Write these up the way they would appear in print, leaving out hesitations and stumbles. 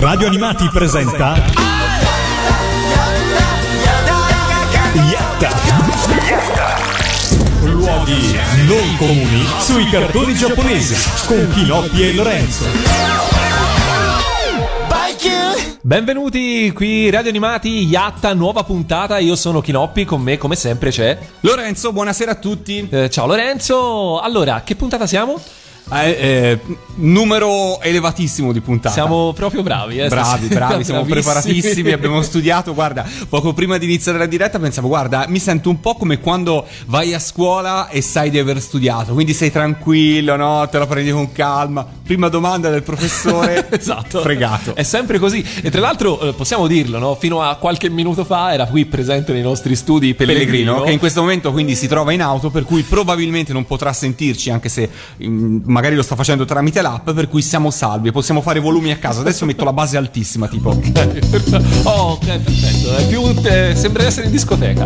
Radio Animati presenta Yatta. Luoghi non comuni sui cartoni giapponesi con Kinoppi e Lorenzo. Benvenuti qui Radio Animati Yatta, nuova puntata. Io sono Kinoppi, con me come sempre c'è Lorenzo. Buonasera a tutti. Ciao Lorenzo. Allora, che puntata siamo? Numero elevatissimo di puntata. Siamo proprio bravi, bravi, siamo preparatissimi, abbiamo studiato. Guarda, poco prima di iniziare la diretta pensavo, guarda, mi sento un po' come quando vai a scuola e sai di aver studiato, quindi sei tranquillo, no? Te la prendi con calma. Prima domanda del professore. Esatto. Fregato. È sempre così. E tra l'altro possiamo dirlo, no? Fino a qualche minuto fa era qui presente nei nostri studi Pellegrino, che in questo momento quindi si trova in auto, per cui probabilmente non potrà sentirci, anche se magari lo sta facendo tramite l'app, per cui siamo salvi, possiamo fare volumi a caso. Adesso metto la base altissima, tipo. Oh, ok, perfetto. È più sembra essere in discoteca.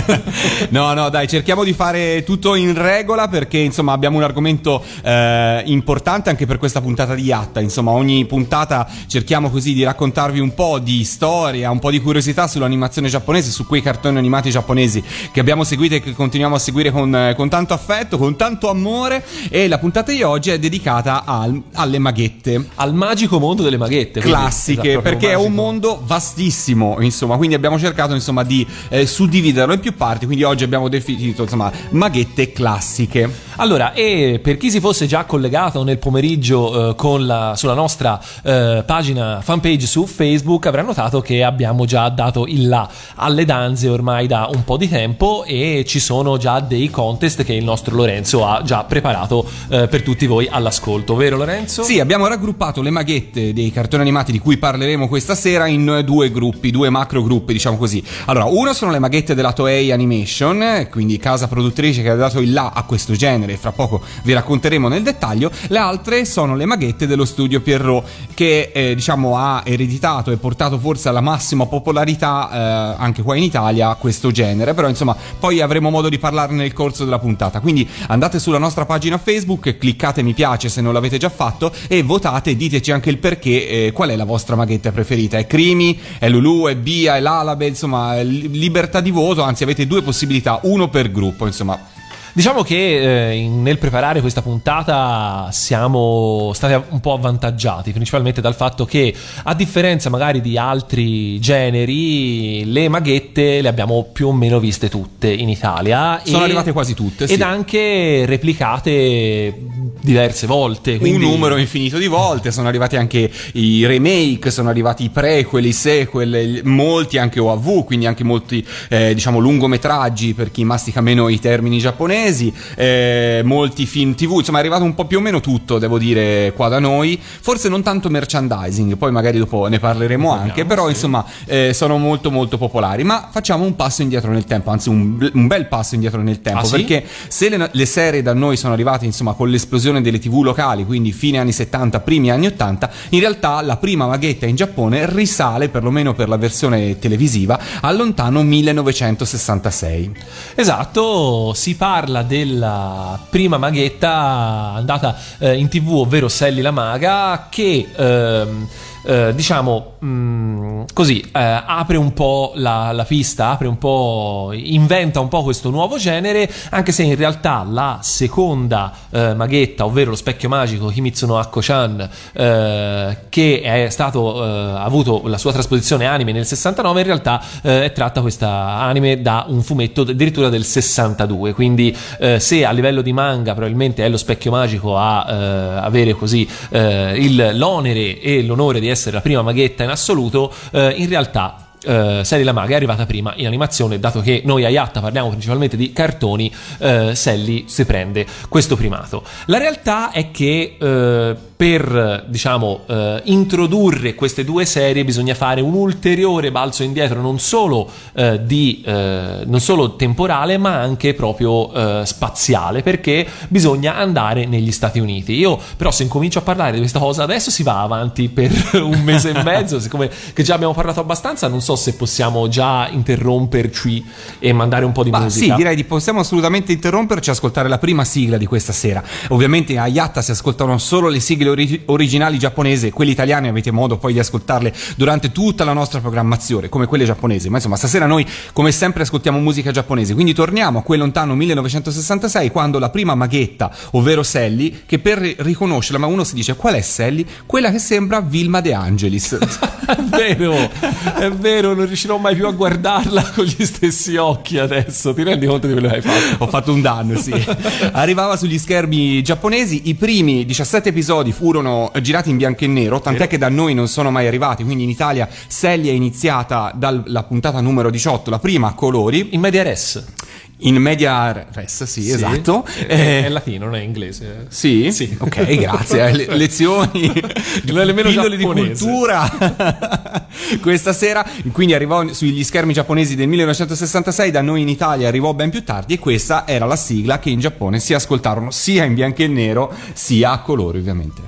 No, dai, cerchiamo di fare tutto in regola, perché insomma abbiamo un argomento importante anche per questa puntata di Yatta. Insomma, ogni puntata cerchiamo così di raccontarvi un po' di storia, un po' di curiosità sull'animazione giapponese, su quei cartoni animati giapponesi che abbiamo seguito e che continuiamo a seguire con tanto affetto, con tanto amore. E la puntata di oggi è dedicata alle maghette, al magico mondo delle maghette classiche, quindi, perché è un mondo vastissimo, insomma, quindi abbiamo cercato insomma di suddividerlo in più parti, quindi oggi abbiamo definito insomma maghette classiche. Allora, e per chi si fosse già collegato nel pomeriggio sulla nostra pagina fanpage su Facebook, avrà notato che abbiamo già dato il là alle danze ormai da un po' di tempo, e ci sono già dei contest che il nostro Lorenzo ha già preparato per tutti voi all'ascolto, vero Lorenzo? Sì, abbiamo raggruppato le maghette dei cartoni animati di cui parleremo questa sera in due macro gruppi, diciamo così. Allora, uno sono le maghette della Toei Animation, quindi casa produttrice che ha dato il là a questo genere, fra poco vi racconteremo nel dettaglio. Le altre sono le maghette dello studio Pierrot, che diciamo ha ereditato e portato forse alla massima popolarità anche qua in Italia questo genere, però insomma poi avremo modo di parlarne nel corso della puntata. Quindi andate sulla nostra pagina Facebook, cliccate mi piace se non l'avete già fatto e votate, diteci anche il perché, qual è la vostra maghetta preferita. È Crimi, è Lulu, è Bia, è Lalabe, insomma libertà di voto, anzi avete due possibilità, uno per gruppo, insomma. Diciamo che nel preparare questa puntata siamo stati un po' avvantaggiati, principalmente dal fatto che, a differenza magari di altri generi, le maghette le abbiamo più o meno viste tutte in Italia. Sono arrivate quasi tutte, sì. Ed anche replicate diverse volte. Quindi... un numero infinito di volte. Sono arrivati anche i remake, sono arrivati i prequel, i sequel, molti anche OAV, quindi anche molti diciamo lungometraggi per chi mastica meno i termini giapponesi. Molti film TV, insomma è arrivato un po' più o meno tutto, devo dire, qua da noi. Forse non tanto merchandising, poi magari dopo ne parleremo anche, però sì. Insomma sono molto molto popolari. Ma facciamo un passo indietro nel tempo, anzi un bel passo indietro nel tempo, sì? Perché se le serie da noi sono arrivate insomma con l'esplosione delle TV locali, quindi fine anni 70, primi anni 80, in realtà la prima maghetta in Giappone risale, perlomeno per la versione televisiva, al lontano 1966. Esatto, si parla della prima maghetta andata in TV, ovvero Sally la maga, che diciamo così apre un po' la pista, apre un po', inventa un po' questo nuovo genere, anche se in realtà la seconda maghetta, ovvero lo specchio magico Himitsu no Akko-chan, che è stato ha avuto la sua trasposizione anime nel 69, in realtà è tratta questa anime da un fumetto addirittura del 62, quindi se a livello di manga probabilmente è lo specchio magico a avere così l'onere e l'onore di essere la prima maghetta in assoluto, in realtà Sally la maga è arrivata prima in animazione. Dato che noi a Yatta parliamo principalmente di cartoni, Sally si prende questo primato. La realtà è che per introdurre queste due serie bisogna fare un ulteriore balzo indietro, non solo temporale, ma anche proprio spaziale, perché bisogna andare negli Stati Uniti. Io però, se incomincio a parlare di questa cosa adesso, si va avanti per un mese e mezzo, siccome che già abbiamo parlato abbastanza. Non so se possiamo già interromperci e mandare un po' di musica. Sì, direi possiamo assolutamente interromperci e ascoltare la prima sigla di questa sera. Ovviamente a Yatta si ascoltano solo le sigle originali giapponesi, quelli italiani avete modo poi di ascoltarle durante tutta la nostra programmazione, come quelle giapponesi, ma insomma stasera noi come sempre ascoltiamo musica giapponese, quindi torniamo a quel lontano 1966, quando la prima maghetta, ovvero Sally, che per riconoscerla, ma uno si dice qual è Sally? Quella che sembra Vilma De Angelis. È vero, non riuscirò mai più a guardarla con gli stessi occhi adesso, ti rendi conto di quello che hai fatto? Ho fatto un danno, sì. Arrivava sugli schermi giapponesi, i primi 17 episodi furono girati in bianco e nero, tant'è che da noi non sono mai arrivati, quindi in Italia Sally è iniziata dalla puntata numero 18, la prima a colori. In media res. In media res, sì, esatto. È latino, non è inglese. Sì? Sì. Ok, grazie. Lezioni, pillole di cultura. Questa sera, quindi arrivò sugli schermi giapponesi del 1966, da noi in Italia arrivò ben più tardi, e questa era la sigla che in Giappone si ascoltarono sia in bianco e nero sia a colori, ovviamente.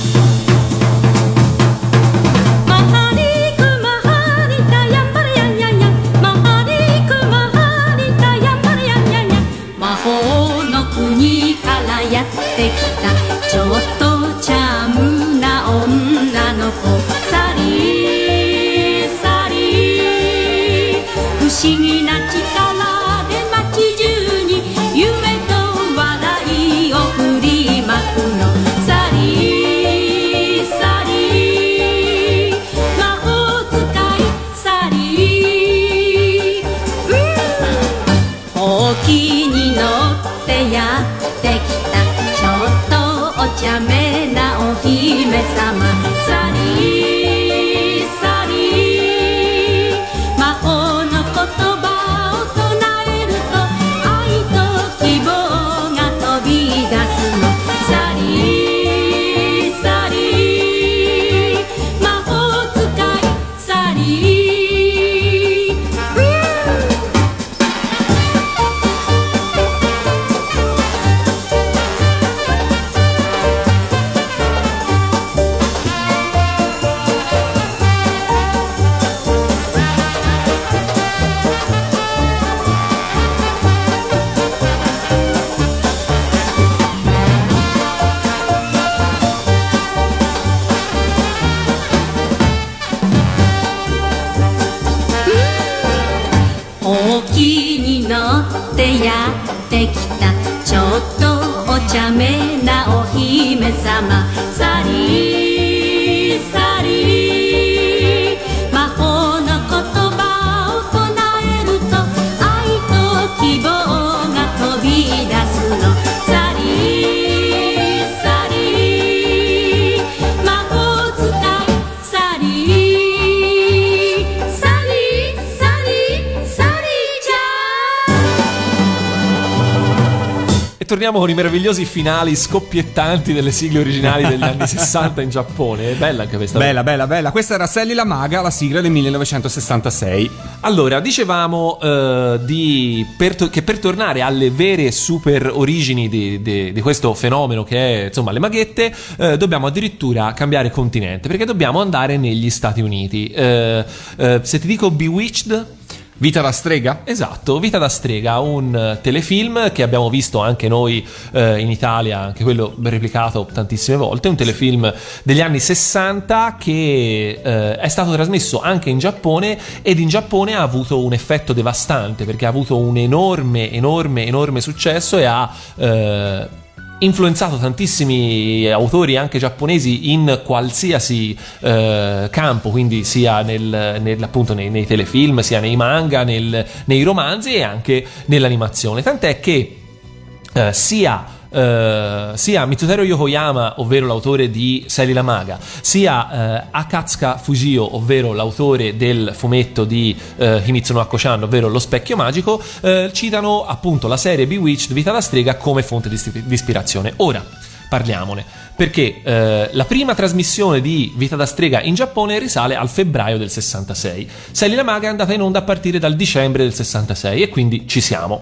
Torniamo con i meravigliosi finali scoppiettanti delle sigle originali degli anni 60 in Giappone. È bella anche questa. Bella. Questa era Sally la Maga, la sigla del 1966. Allora, dicevamo che per tornare alle vere super origini di questo fenomeno che è, insomma, le maghette, dobbiamo addirittura cambiare continente, perché dobbiamo andare negli Stati Uniti. Se ti dico Bewitched... Vita da strega? Esatto, Vita da strega, un telefilm che abbiamo visto anche noi in Italia, anche quello replicato tantissime volte, un telefilm degli anni 60 che è stato trasmesso anche in Giappone, ed in Giappone ha avuto un effetto devastante, perché ha avuto un enorme successo e ha influenzato tantissimi autori anche giapponesi in qualsiasi campo, quindi sia appunto nei telefilm, sia nei manga, nei romanzi e anche nell'animazione, tant'è che sia Mitsutaro Yokoyama, ovvero l'autore di Sally la Maga, sia Akatsuka Fujio, ovvero l'autore del fumetto di Himitsu no Akko-chan, ovvero Lo specchio magico, citano appunto la serie Bewitched, Vita da strega, come fonte di ispirazione. Ora parliamone, perché la prima trasmissione di Vita da strega in Giappone risale al febbraio del 66. Sally la Maga è andata in onda a partire dal dicembre del 66, e quindi ci siamo.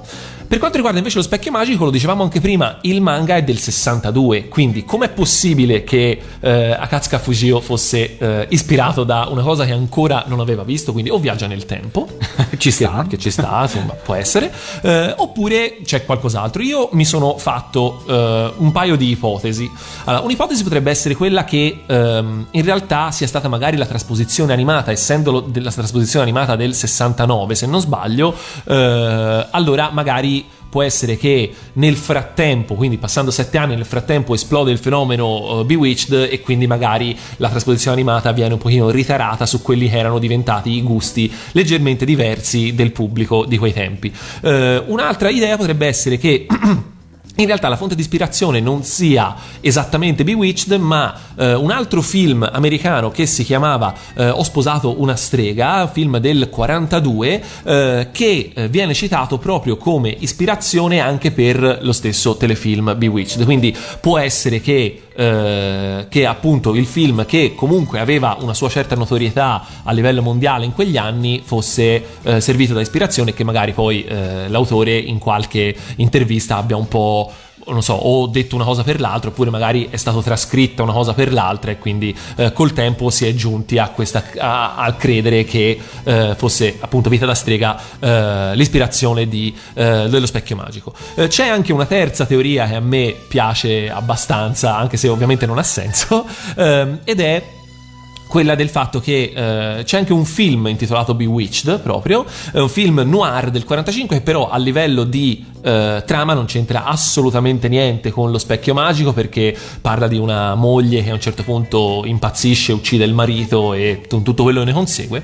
Per quanto riguarda invece lo specchio magico, lo dicevamo anche prima, il manga è del 62, quindi com'è possibile che Akatsuka Fujio fosse ispirato da una cosa che ancora non aveva visto, quindi o viaggia nel tempo, che ci sta, insomma, può essere, oppure c'è qualcos'altro. Io mi sono fatto un paio di ipotesi. Allora, un'ipotesi potrebbe essere quella che in realtà sia stata magari la trasposizione animata, essendo della trasposizione animata del 69, se non sbaglio, allora magari può essere che nel frattempo, quindi passando 7 anni, nel frattempo esplode il fenomeno Bewitched e quindi magari la trasposizione animata viene un pochino ritarata su quelli che erano diventati i gusti leggermente diversi del pubblico di quei tempi. Un'altra idea potrebbe essere che in realtà la fonte di ispirazione non sia esattamente Bewitched, ma un altro film americano che si chiamava Ho sposato una strega, film del 42, che viene citato proprio come ispirazione anche per lo stesso telefilm Bewitched. Quindi può essere che appunto il film, che comunque aveva una sua certa notorietà a livello mondiale in quegli anni, fosse servito da ispirazione, e che magari poi l'autore in qualche intervista abbia un po', non so, o detto una cosa per l'altro, oppure magari è stato trascritta una cosa per l'altra, e quindi col tempo si è giunti a credere che fosse appunto Vita da strega l'ispirazione dello specchio magico. C'è anche una terza teoria che a me piace abbastanza, anche se ovviamente non ha senso, ed è quella del fatto che c'è anche un film intitolato Bewitched, proprio, è un film noir del 45 che però a livello di trama non c'entra assolutamente niente con lo specchio magico, perché parla di una moglie che a un certo punto impazzisce, uccide il marito e tutto quello che ne consegue,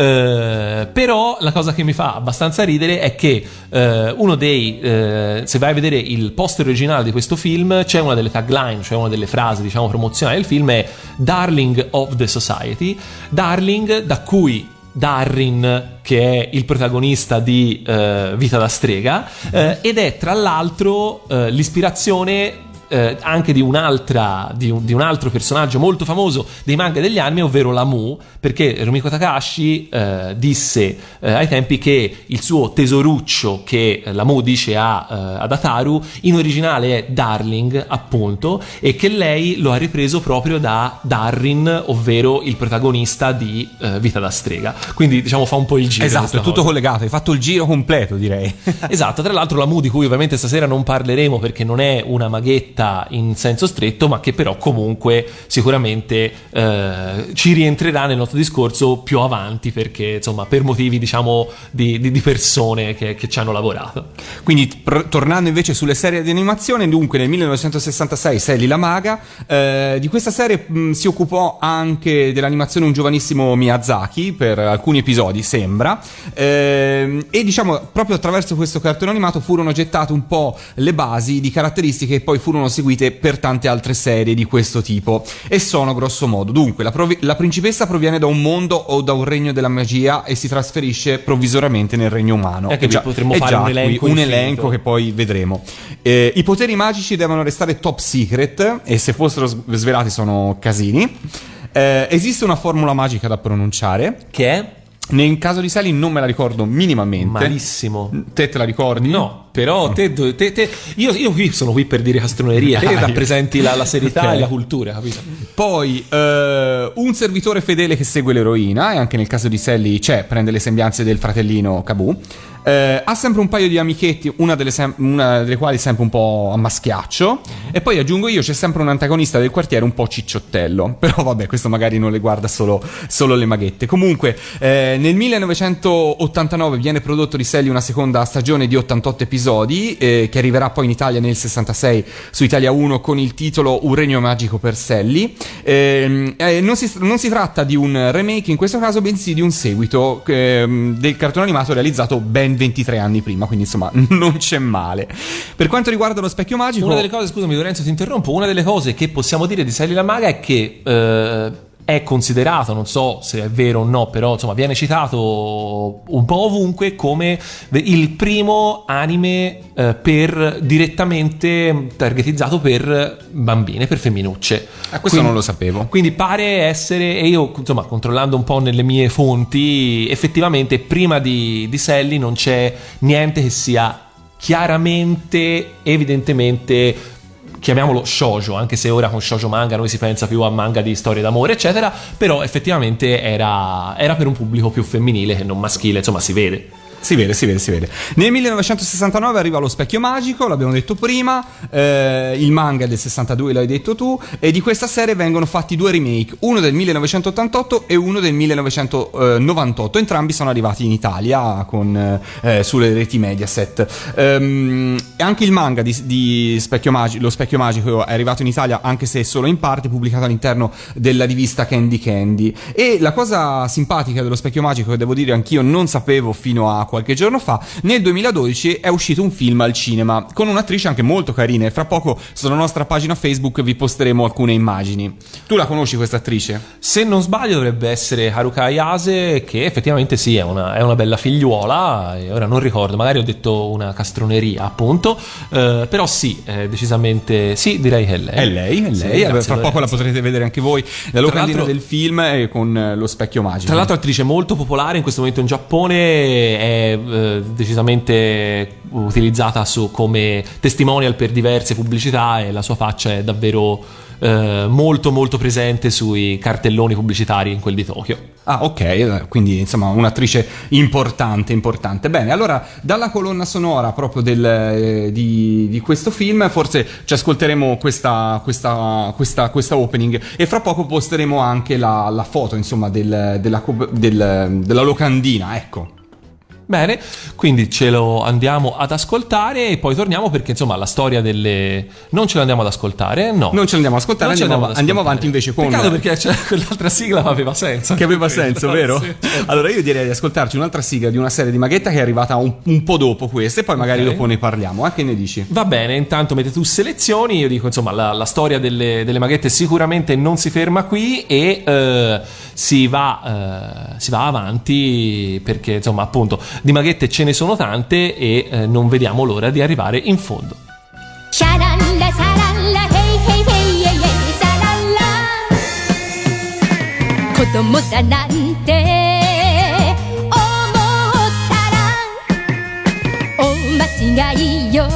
però la cosa che mi fa abbastanza ridere è che uno dei se vai a vedere il poster originale di questo film, c'è una delle tagline, cioè una delle frasi diciamo promozionali del film è Darling of the Society, Darling, da cui Darrin, che è il protagonista di Vita da strega, ed è tra l'altro l'ispirazione anche di un altro personaggio molto famoso dei manga degli anni, ovvero la Mu, perché Rumiko Takahashi disse ai tempi che il suo tesoruccio, che la Mu dice ad Ataru, in originale è Darling, appunto, e che lei lo ha ripreso proprio da Darrin, ovvero il protagonista di Vita da strega. Quindi diciamo fa un po' il giro. Esatto, è tutto collegato, hai fatto il giro completo, direi. Esatto, tra l'altro la Mu, di cui ovviamente stasera non parleremo perché non è una maghetta in senso stretto, ma che però comunque sicuramente ci rientrerà nel nostro discorso più avanti, perché insomma per motivi diciamo di persone che ci hanno lavorato. Quindi tornando invece sulle serie di animazione, dunque nel 1966 Sally la maga, di questa serie si occupò anche dell'animazione un giovanissimo Miyazaki per alcuni episodi, sembra, e diciamo proprio attraverso questo cartone animato furono gettate un po' le basi di caratteristiche che poi furono seguite per tante altre serie di questo tipo, e sono grosso modo: dunque la principessa proviene da un mondo o da un regno della magia e si trasferisce provvisoriamente nel regno umano. Che potremmo fare un elenco che poi vedremo. I poteri magici devono restare top secret, e se fossero svelati sono casini. Esiste una formula magica da pronunciare, che è? Nel caso di Sally non me la ricordo minimamente. Malissimo. Te la ricordi? No, però io qui sono qui per dire castronerie, te rappresenti la serietà okay. E la cultura, capito? Poi un servitore fedele che segue l'eroina, e anche nel caso di Sally prende le sembianze del fratellino Kabu. Ha sempre un paio di amichetti, una delle quali sempre un po' a maschiaccio, e poi aggiungo io, c'è sempre un antagonista del quartiere un po' cicciottello, però vabbè, questo magari non le guarda solo le maghette. Comunque nel 1989 viene prodotto di Sally una seconda stagione di 88 episodi, che arriverà poi in Italia nel 66 su Italia 1 con il titolo Un regno magico per Sally. Non si tratta di un remake in questo caso, bensì di un seguito del cartone animato realizzato ben 23 anni prima, quindi insomma non c'è male. Per quanto riguarda lo specchio magico, una delle cose, scusami Lorenzo ti interrompo, una delle cose che possiamo dire di Sally la maga è che è considerato, non so se è vero o no, però insomma viene citato un po' ovunque come il primo anime direttamente targetizzato per bambine, per femminucce. Questo non lo sapevo. Quindi pare essere, e io insomma controllando un po' nelle mie fonti, effettivamente prima di Sally non c'è niente che sia chiaramente, evidentemente, chiamiamolo shoujo, anche se ora con shoujo manga noi si pensa più a manga di storie d'amore eccetera, però effettivamente era per un pubblico più femminile che non maschile, insomma si vede. Si vede. Nel 1969 arriva Lo Specchio Magico, l'abbiamo detto prima, il manga è del 62, l'hai detto tu, e di questa serie vengono fatti 2 remake, uno del 1988 e uno del 1998, entrambi sono arrivati in Italia sulle reti Mediaset. Anche il manga di Lo Specchio Magico è arrivato in Italia, anche se solo in parte, pubblicato all'interno della rivista Candy Candy. E la cosa simpatica dello Specchio Magico, che devo dire anch'io non sapevo fino a qualche giorno fa, nel 2012 è uscito un film al cinema con un'attrice anche molto carina, e fra poco sulla nostra pagina Facebook vi posteremo alcune immagini. Tu la conosci questa attrice? Se non sbaglio dovrebbe essere Haruka Ayase, che effettivamente sì, è una bella figliuola, e ora non ricordo, magari ho detto una castroneria appunto, però sì, decisamente sì, direi che è lei. È lei. Sì, fra poco la potrete vedere anche voi, la locandina del film con Lo Specchio Magico. Tra l'altro attrice molto popolare in questo momento in Giappone, è decisamente utilizzata come testimonial per diverse pubblicità, e la sua faccia è davvero molto molto presente sui cartelloni pubblicitari in quel di Tokyo. Ah, ok, quindi insomma un'attrice importante. Bene, allora dalla colonna sonora proprio di questo film forse ci ascolteremo questa opening, e fra poco posteremo anche la foto, insomma, della locandina, ecco. Bene, quindi ce lo andiamo ad ascoltare e poi torniamo, perché insomma la storia delle... Non ce l'andiamo ad ascoltare, no. Non ce l'andiamo ad ascoltare, andiamo avanti invece con... Peccato, perché quell'altra sigla aveva senso. Che aveva senso, vero? Sì. Allora io direi di ascoltarci un'altra sigla di una serie di Maghetta che è arrivata un po' dopo questa, e poi magari dopo ne parliamo. Che ne dici? Va bene, intanto metti tu selezioni, io dico insomma la storia delle Maghette sicuramente non si ferma qui, e si va avanti, perché insomma appunto di maghette ce ne sono tante, e non vediamo l'ora di arrivare in fondo. Sharalla saralla hey hey hey hey hey saralla Kodomo da nante omottara O machigai yo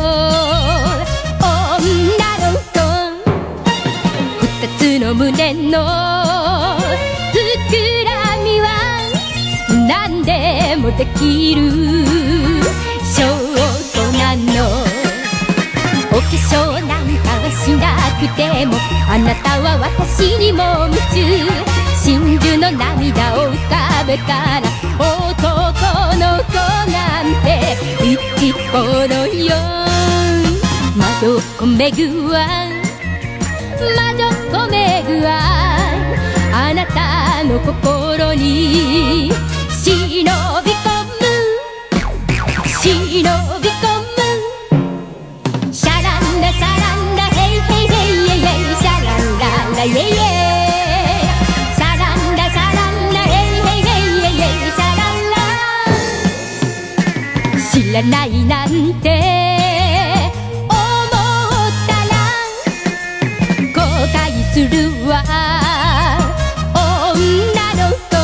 onna no ko Futatsu no mune no fukurami wa Nandemo dekiru shouto nano O kesho nanka wa shinaku mo Anata wa watashi ni mo mutsu Shinju no namida o ukabe kara Otoko no ko nante ichiko no yo Majoko megu wa Majoko megu wa Anata no kokoro ni 忍び込むシャランラシャランラヘイヘイヘイヘイヘイシャランラライエイエイシャランラシャランラヘイヘイヘイヘイヘイシャランラ知らないなんて思ったら後悔するわ女の子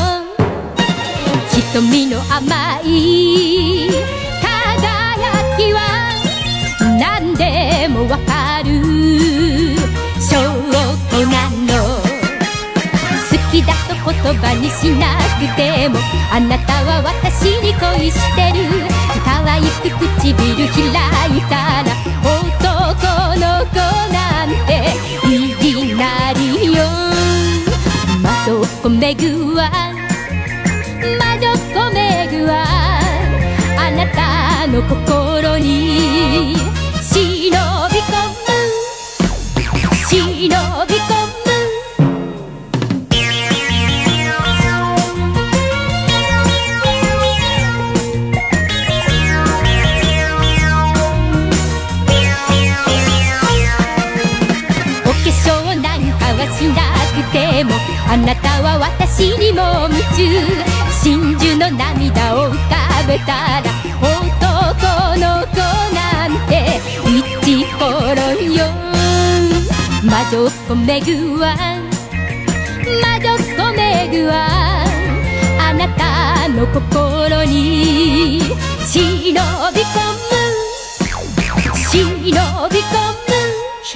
瞳の甘い輝きは何でもわかる証拠なの好きだと言葉にしなくてもあなたは私に恋してる可愛く唇開いたら男の子なんていきなりよまどこめぐわ魔女コメグはあなたの心に忍び込むお化粧なんかはしなくてもあなたは私にも夢中真珠の涙を浮かべたら男の子なんてイチコロよ魔女コメグは魔女コメグはあなたの心に忍び込む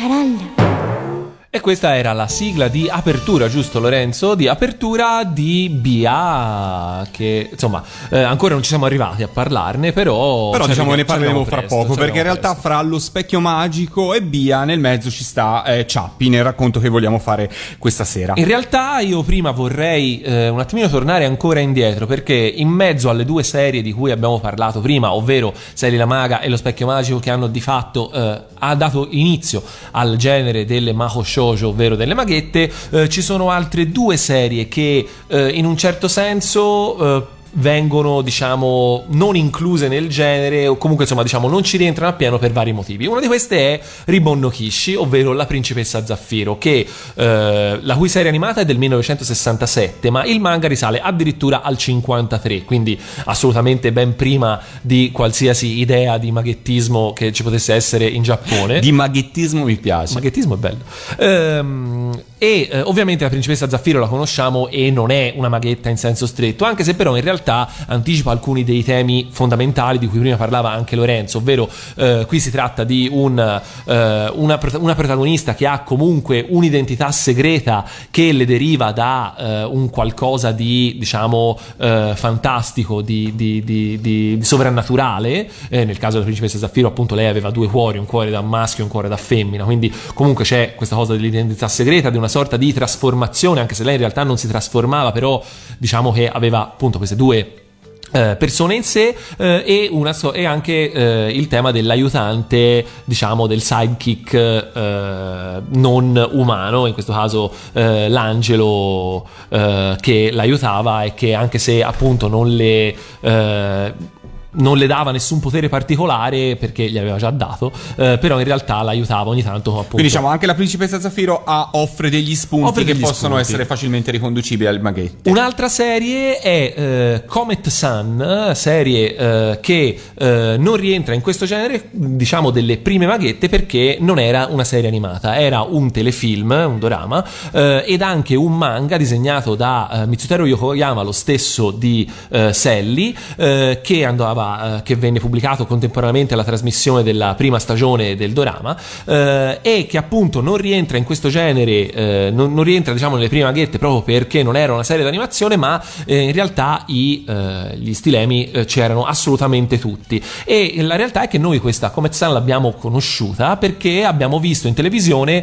Sharalla. E questa era la sigla di apertura, giusto Lorenzo? Di apertura di Bia, che insomma ancora non ci siamo arrivati a parlarne, però diciamo ne parleremo fra presto, poco, perché in realtà fra lo specchio magico e Bia nel mezzo ci sta Ciappi nel racconto che vogliamo fare questa sera. In realtà io prima vorrei un attimino tornare ancora indietro, perché in mezzo alle due serie di cui abbiamo parlato prima, ovvero Sally la Maga e lo specchio magico, che hanno di fatto ha dato inizio al genere delle Maho Shoujo, ovvero delle maghette, ci sono altre due serie che in un certo senso vengono, diciamo, non incluse nel genere, o comunque insomma, diciamo, non ci rientrano appieno per vari motivi. Una di queste è Ribbon no Kishi, ovvero la principessa Zaffiro, che la cui serie animata è del 1967, ma il manga risale addirittura al 53, quindi assolutamente ben prima di qualsiasi idea di maghettismo che ci potesse essere in Giappone. Di maghettismo mi piace. Maghettismo è bello. Ovviamente la principessa Zaffiro la conosciamo e non è una maghetta in senso stretto, anche se però in realtà anticipa alcuni dei temi fondamentali di cui prima parlava anche Lorenzo, ovvero qui si tratta di una protagonista che ha comunque un'identità segreta che le deriva da un qualcosa di, diciamo, fantastico, di sovrannaturale. Nel caso della principessa Zaffiro appunto lei aveva due cuori, un cuore da maschio e un cuore da femmina, quindi comunque c'è questa cosa dell'identità segreta, di una sorta di trasformazione, anche se lei in realtà non si trasformava, però diciamo che aveva appunto queste due persone in sé, e anche il tema dell'aiutante, diciamo del sidekick non umano, in questo caso l'angelo che l'aiutava e che, anche se appunto non le dava nessun potere particolare perché gli aveva già dato, però in realtà l'aiutava ogni tanto, appunto. Quindi diciamo anche la principessa Zaffiro offre degli spunti che possono essere facilmente riconducibili al maghette. Un'altra serie è Comet Sun, serie che non rientra in questo genere, diciamo, delle prime maghette, perché non era una serie animata, era un telefilm, un dorama, ed anche un manga disegnato da Mitsutaro Yokoyama, lo stesso di Sally, che venne pubblicato contemporaneamente alla trasmissione della prima stagione del dorama, e che appunto non rientra in questo genere, non rientra, diciamo, nelle prime maghette proprio perché non era una serie d'animazione, ma in realtà gli stilemi c'erano assolutamente tutti. E la realtà è che noi questa Comet Sun l'abbiamo conosciuta perché abbiamo visto in televisione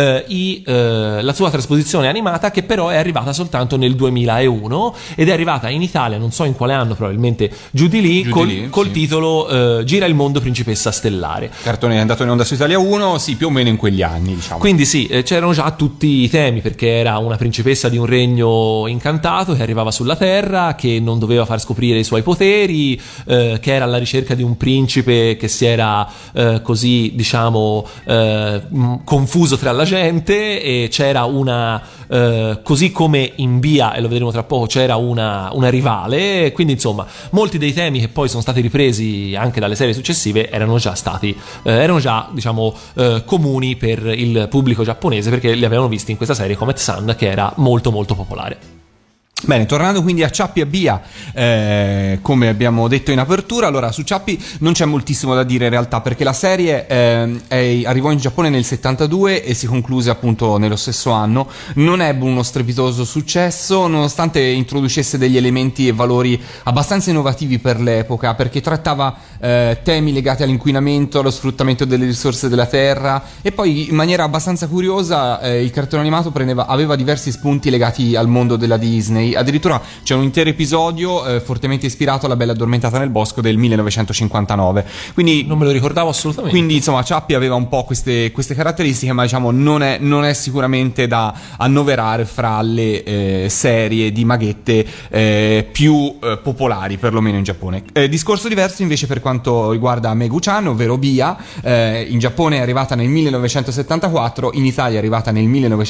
la sua trasposizione animata, che però è arrivata soltanto nel 2001 ed è arrivata in Italia, non so in quale anno, probabilmente giù di lì, col titolo Gira il mondo principessa stellare. Cartone è andato in onda su Italia 1, sì, più o meno in quegli anni, diciamo. Quindi sì, c'erano già tutti i temi, perché era una principessa di un regno incantato che arrivava sulla terra, che non doveva far scoprire i suoi poteri, che era alla ricerca di un principe che si era così, diciamo, confuso tra la gente, e c'era una così come in Bia, e lo vedremo tra poco, c'era una rivale. Quindi insomma molti dei temi che poi sono stati ripresi anche dalle serie successive erano già diciamo comuni per il pubblico giapponese, perché li avevano visti in questa serie Comet Sun, che era molto molto popolare. Bene, tornando quindi a Ciappi e Bia, come abbiamo detto in apertura, allora su Ciappi non c'è moltissimo da dire in realtà, perché la serie arrivò in Giappone nel 72 e si concluse appunto nello stesso anno. Non ebbe uno strepitoso successo, nonostante introducesse degli elementi e valori abbastanza innovativi per l'epoca, perché trattava temi legati all'inquinamento, allo sfruttamento delle risorse della terra, e poi in maniera abbastanza curiosa il cartone animato aveva diversi spunti legati al mondo della Disney. Addirittura c'è un intero episodio fortemente ispirato alla Bella addormentata nel bosco del 1959. Quindi non me lo ricordavo assolutamente. Quindi insomma Ciappi aveva un po' queste caratteristiche, ma diciamo non è sicuramente da annoverare fra le serie di maghette più popolari, perlomeno in Giappone. Discorso diverso invece per quanto riguarda Megu-chan, ovvero Bia. In Giappone è arrivata nel 1974, in Italia è arrivata nel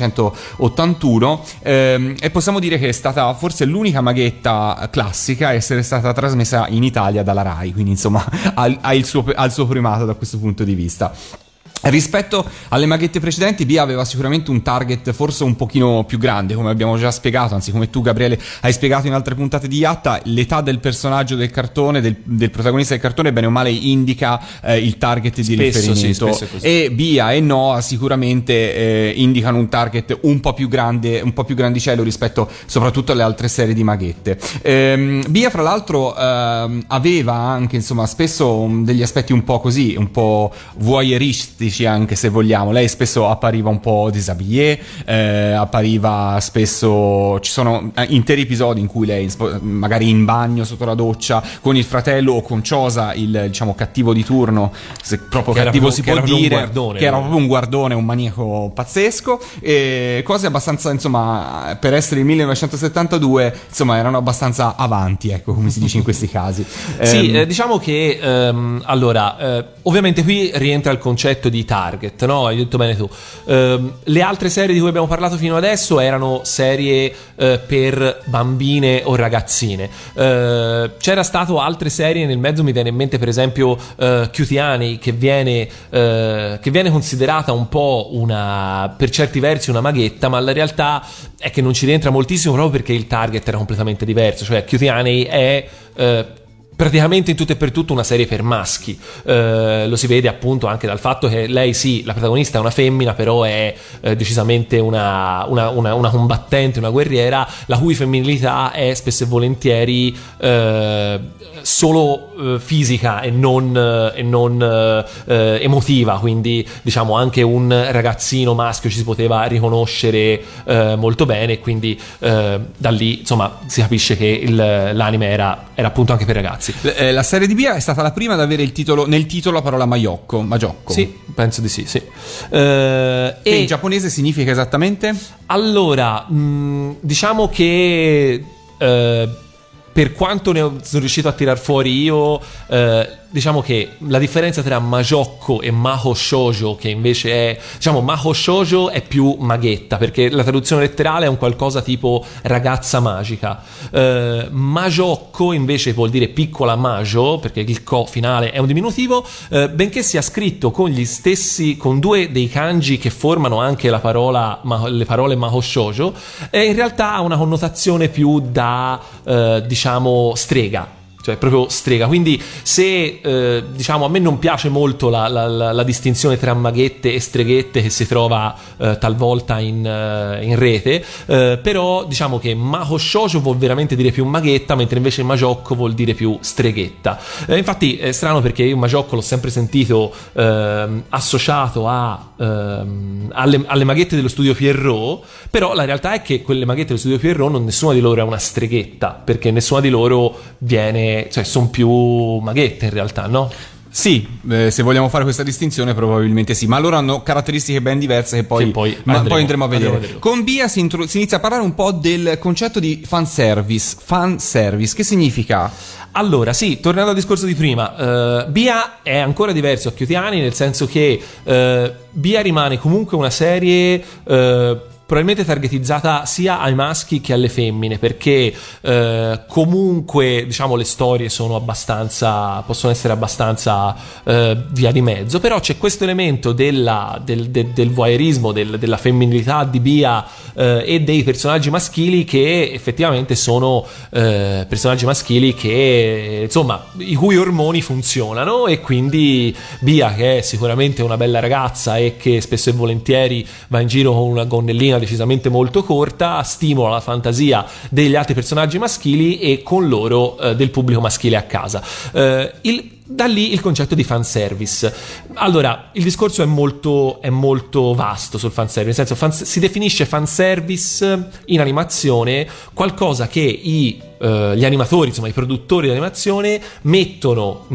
1981, e possiamo dire che è stata forse l'unica maghetta classica a essere stata trasmessa in Italia dalla Rai, quindi insomma ha il suo primato da questo punto di vista. Rispetto alle maghette precedenti, Bia aveva sicuramente un target forse un pochino più grande, come abbiamo già spiegato, anzi come tu Gabriele hai spiegato in altre puntate di Yatta. L'età del personaggio del cartone, del protagonista del cartone, bene o male indica il target di riferimento, sì, e Bia e Noah sicuramente indicano un target un po' più grande, un po' più grandicello rispetto soprattutto alle altre serie di maghette. Bia fra l'altro aveva anche insomma spesso degli aspetti un po' così, un po' voyeuristici anche se vogliamo. Lei spesso appariva un po' disabillée, appariva spesso, ci sono interi episodi in cui lei magari in bagno sotto la doccia con il fratello o con Chosa, il diciamo cattivo di turno, se proprio che cattivo si può dire, che era proprio un guardone, un maniaco pazzesco, e cose abbastanza insomma per essere il 1972 insomma erano abbastanza avanti, ecco, come si dice in questi casi. Sì, diciamo che allora ovviamente qui rientra il concetto di target, no? Hai detto bene tu. Le altre serie di cui abbiamo parlato fino adesso erano serie per bambine o ragazzine. C'era stato altre serie nel mezzo, mi viene in mente per esempio Cutie Honey, che viene considerata un po' per certi versi una maghetta, ma la realtà è che non ci rientra moltissimo proprio perché il target era completamente diverso. Cioè Cutie Honey è praticamente in tutto e per tutto una serie per maschi. Lo si vede appunto anche dal fatto che lei, sì, la protagonista è una femmina, però è decisamente una combattente, una guerriera, la cui femminilità è spesso e volentieri solo fisica e non emotiva, quindi diciamo anche un ragazzino maschio ci si poteva riconoscere molto bene, quindi da lì insomma si capisce che l'anime era appunto anche per ragazzi. La serie di Bia è stata la prima ad avere nel titolo la parola Majocco. Sì, penso di sì. E in giapponese significa esattamente? Allora, diciamo che per quanto ne sono riuscito a tirar fuori io, diciamo che la differenza tra Majocco e Maho Shoujo, che invece è, diciamo, Maho Shoujo è più maghetta, perché la traduzione letterale è un qualcosa tipo ragazza magica. Majocco invece vuol dire piccola majo, perché il ko finale è un diminutivo, benché sia scritto con due dei kanji che formano anche le parole Maho Shoujo, in realtà ha una connotazione più da diciamo strega. Cioè proprio strega, quindi se diciamo a me non piace molto la distinzione tra maghette e streghette che si trova talvolta in rete, però diciamo che Maho Shoujo vuol veramente dire più maghetta, mentre invece Majocco vuol dire più streghetta. Infatti è strano perché io Majocco l'ho sempre sentito associato alle maghette dello studio Pierrot, però la realtà è che quelle maghette dello studio Pierrot nessuna di loro è una streghetta, perché nessuna di loro sono più maghette in realtà, no? Sì, se vogliamo fare questa distinzione probabilmente sì, ma loro hanno caratteristiche ben diverse che poi andremo a vedere. Con Bia si inizia a parlare un po' del concetto di fanservice. Fanservice, che significa? Allora, sì, tornando al discorso di prima, Bia è ancora diverso a Cutie Honey, nel senso che Bia rimane comunque una serie probabilmente targetizzata sia ai maschi che alle femmine, perché comunque diciamo le storie possono essere abbastanza via di mezzo, però c'è questo elemento del voyeurismo, della femminilità di Bia e dei personaggi maschili che effettivamente sono personaggi maschili che insomma i cui ormoni funzionano, e quindi Bia, che è sicuramente una bella ragazza e che spesso e volentieri va in giro con una gonnellina decisamente molto corta, stimola la fantasia degli altri personaggi maschili e con loro del pubblico maschile a casa. Da lì il concetto di fanservice. Allora, il discorso è molto vasto sul fanservice, nel senso si definisce fanservice in animazione qualcosa che gli animatori, insomma i produttori di animazione mettono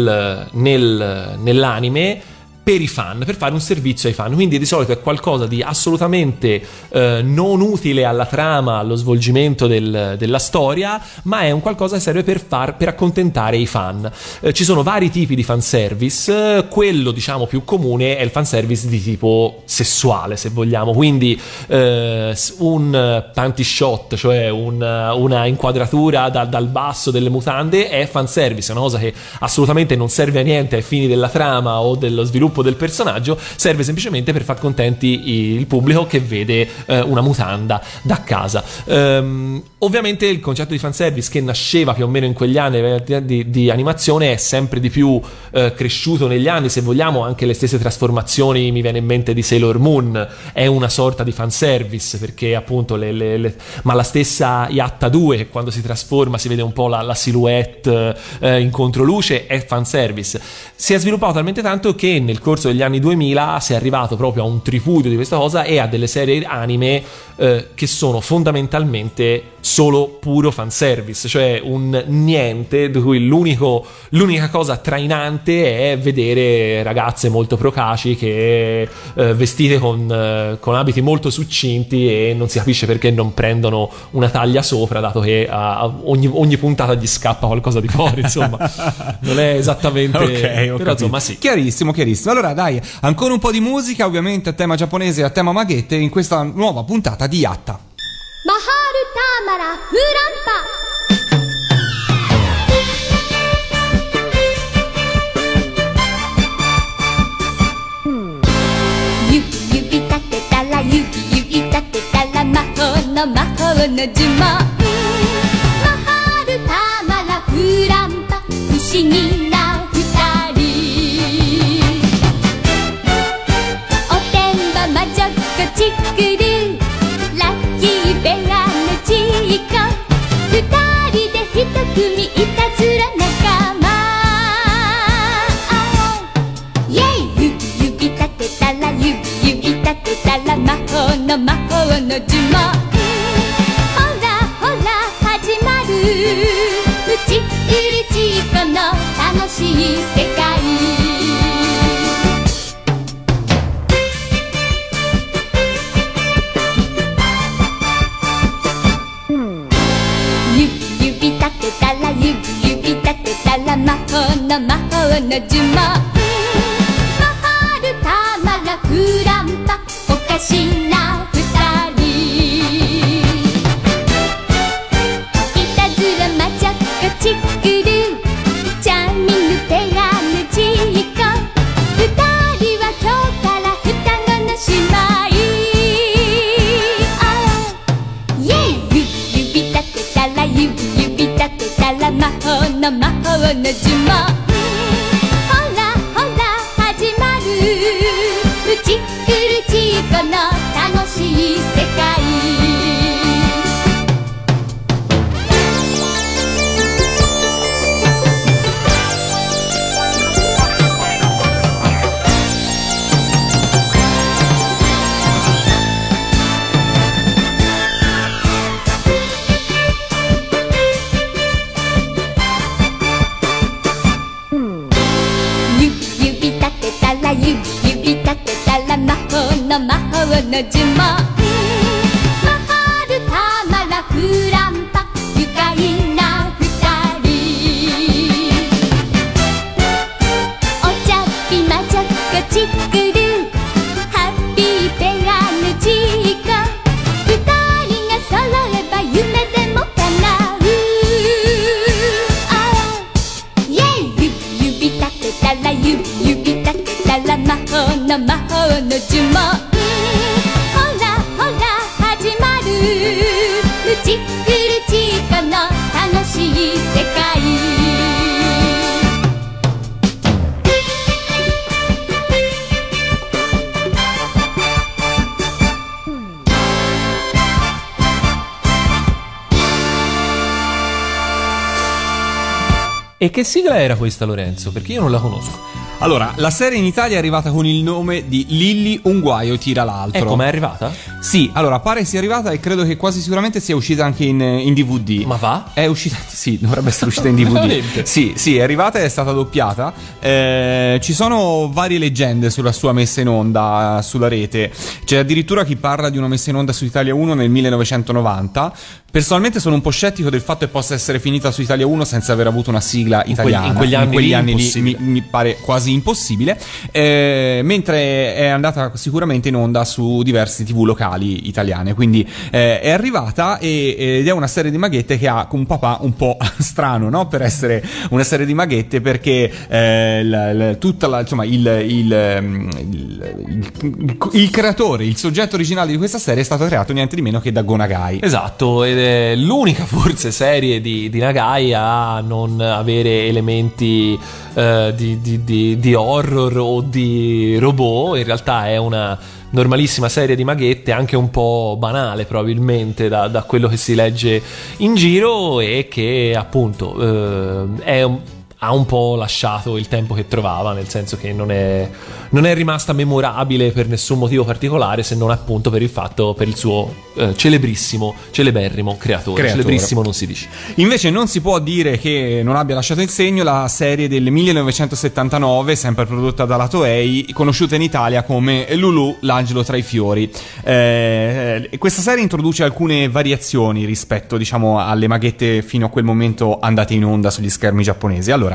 nell'anime per i fan, per fare un servizio ai fan. Quindi di solito è qualcosa di assolutamente non utile alla trama, allo svolgimento della storia, ma è un qualcosa che serve per accontentare i fan. Ci sono vari tipi di fanservice, quello diciamo più comune è il fanservice di tipo sessuale, se vogliamo, quindi un panty shot, cioè una inquadratura dal basso delle mutande, è fanservice, è una cosa che assolutamente non serve a niente ai fini della trama o dello sviluppo sviluppo del personaggio, serve semplicemente per far contenti il pubblico che vede una mutanda da casa. Ovviamente il concetto di fanservice, che nasceva più o meno in quegli anni di animazione, è sempre di più cresciuto negli anni. Se vogliamo, anche le stesse trasformazioni, mi viene in mente, di Sailor Moon è una sorta di fanservice, perché appunto ma la stessa Yatta 2, che quando si trasforma si vede un po' la silhouette in controluce, è fanservice. Si è sviluppato talmente tanto che nel corso degli anni 2000 si è arrivato proprio a un tripudio di questa cosa e a delle serie anime che sono fondamentalmente solo puro fanservice, cioè un niente di cui l'unica cosa trainante è vedere ragazze molto procaci che vestite con abiti molto succinti, e non si capisce perché non prendono una taglia sopra, dato che ogni puntata gli scappa qualcosa di fuori, insomma. Non è esattamente però insomma sì. Chiarissimo. Allora dai, ancora un po' di musica, ovviamente a tema giapponese e a tema maghette, in questa nuova puntata di Yatta. Maharu Tamara Furampa. Yuki yuki tattetara, yuki yuki tattetara, maho no jumon. Maharu Tamara Furampa, fushigi na futari. Otenba majoko chikuru,ラッキーベアのチーコ、二人で一組いたずら仲間。イェイ、指指立てたら、指指立てたら、魔法の呪文。ほらほら始まる、うちうるちこの楽しい世界。魔法の呪文。マハルタマラクランパ、おかしな二人。いたずら魔女がチクる、チャーミングペアのジーコ。二人は今日から双子の姉妹。イェイ、指指立てたら、指指立てたら、魔法の呪文。ほらほら始まる、うちうるちこの楽しい世界。指指立てたら魔法の呪文。マハルタマラフランパ、愉快な二人。お茶っぴ魔女がチクる、ハッピーペアのジーコ。二人が揃えば夢でも叶う。イェイ、指指立てたら、指指立てたら、魔法の呪文。ほらほら始まる、うちうるちこの楽しい世界。 E che sigla era questa, Lorenzo? Perché io non la conosco. Allora, la serie in Italia è arrivata con il nome di Lilli un guaio tira l'altro. Ecco, ma è arrivata? Sì, allora pare sia arrivata e credo che quasi sicuramente sia uscita anche in DVD. Ma va? È uscita, sì, dovrebbe essere uscita in DVD. Veramente? Sì, è arrivata e è stata doppiata. Ci sono varie leggende sulla sua messa in onda sulla rete. C'è addirittura chi parla di una messa in onda su Italia 1 nel 1990. Personalmente sono un po' scettico del fatto che possa essere finita su Italia 1 senza aver avuto una sigla italiana. In quegli anni lì mi pare quasi impossibile, mentre è andata sicuramente in onda su diverse TV locali italiane, quindi è arrivata ed è una serie di maghette che ha un papà un po' strano, no? Per essere una serie di maghette, perché insomma il creatore, il soggetto originale di questa serie è stato creato niente di meno che da Go Nagai. Esatto, ed è l'unica forse serie di Nagai a non avere elementi di horror o di robot. In realtà è una normalissima serie di maghette, anche un po' banale probabilmente da quello che si legge in giro, e che appunto ha un po' lasciato il tempo che trovava, nel senso che non è rimasta memorabile per nessun motivo particolare, se non appunto per il fatto, per il suo celeberrimo creatore. Celebrissimo non si dice. Invece non si può dire che non abbia lasciato il segno la serie del 1979, sempre prodotta dalla Toei, conosciuta in Italia come Lulu, l'angelo tra i fiori. Questa serie introduce alcune variazioni rispetto, diciamo, alle maghette fino a quel momento andate in onda sugli schermi giapponesi. Allora,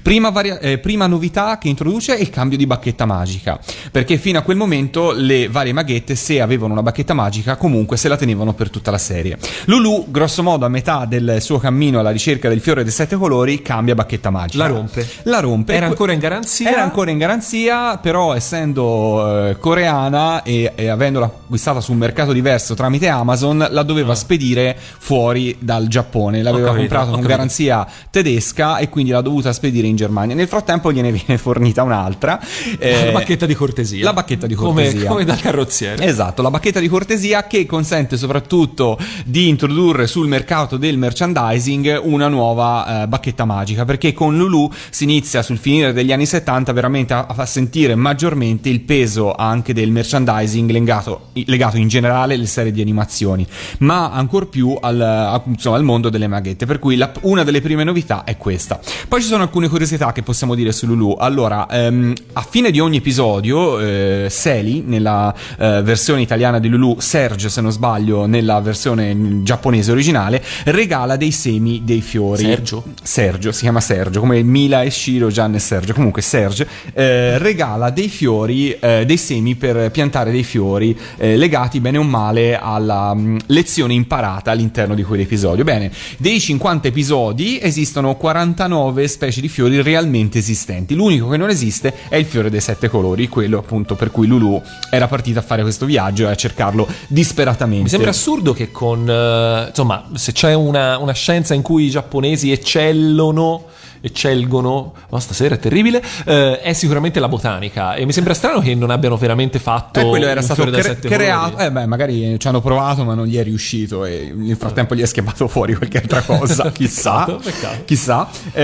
prima novità che introduce è il cambio di bacchetta magica, perché fino a quel momento le varie maghette, se avevano una bacchetta magica, comunque se la tenevano per tutta la serie. Lulu, grosso modo a metà del suo cammino alla ricerca del fiore dei 7 colori, cambia bacchetta magica. La rompe. Era ancora in garanzia, però essendo coreana e avendola acquistata su un mercato diverso tramite Amazon, la doveva spedire fuori dal Giappone. L'aveva comprata con garanzia tedesca e quindi l'ha dovuta spedire in Germania. Nel frattempo gliene viene fornita un'altra, la bacchetta di cortesia, come dal carrozziere. Esatto, la bacchetta di cortesia, che consente soprattutto di introdurre sul mercato del merchandising una nuova bacchetta magica, perché con Lulu si inizia sul finire degli anni 70 veramente a sentire maggiormente il peso anche del merchandising legato in generale alle serie di animazioni, ma ancor più al mondo delle maghette, per cui una delle prime novità è questa. Poi ci sono alcune curiosità che possiamo dire su Lulu. Allora, a fine di ogni episodio, Sally, nella versione italiana di Lulu, Serge, se non sbaglio, nella versione giapponese originale, regala dei semi dei fiori. Sergio, si chiama Sergio, come Mila e Shiro, Gian e Sergio. Comunque Serge regala dei fiori, dei semi per piantare dei fiori legati bene o male alla lezione imparata all'interno di quell'episodio. Bene, dei 50 episodi esistono 49 specie di fiori realmente esistenti. L'unico che non esiste è il fiore dei 7 colori, quello appunto per cui Lulu era partita a fare questo viaggio e a cercarlo disperatamente. Mi sembra assurdo che insomma, se c'è una scienza in cui i giapponesi eccelgono, stasera è terribile, è sicuramente la botanica, e mi sembra strano che non abbiano veramente fatto quello era stato creato. Magari ci hanno provato ma non gli è riuscito e nel frattempo gli è schiappato fuori qualche altra cosa. Peccato. Chissà.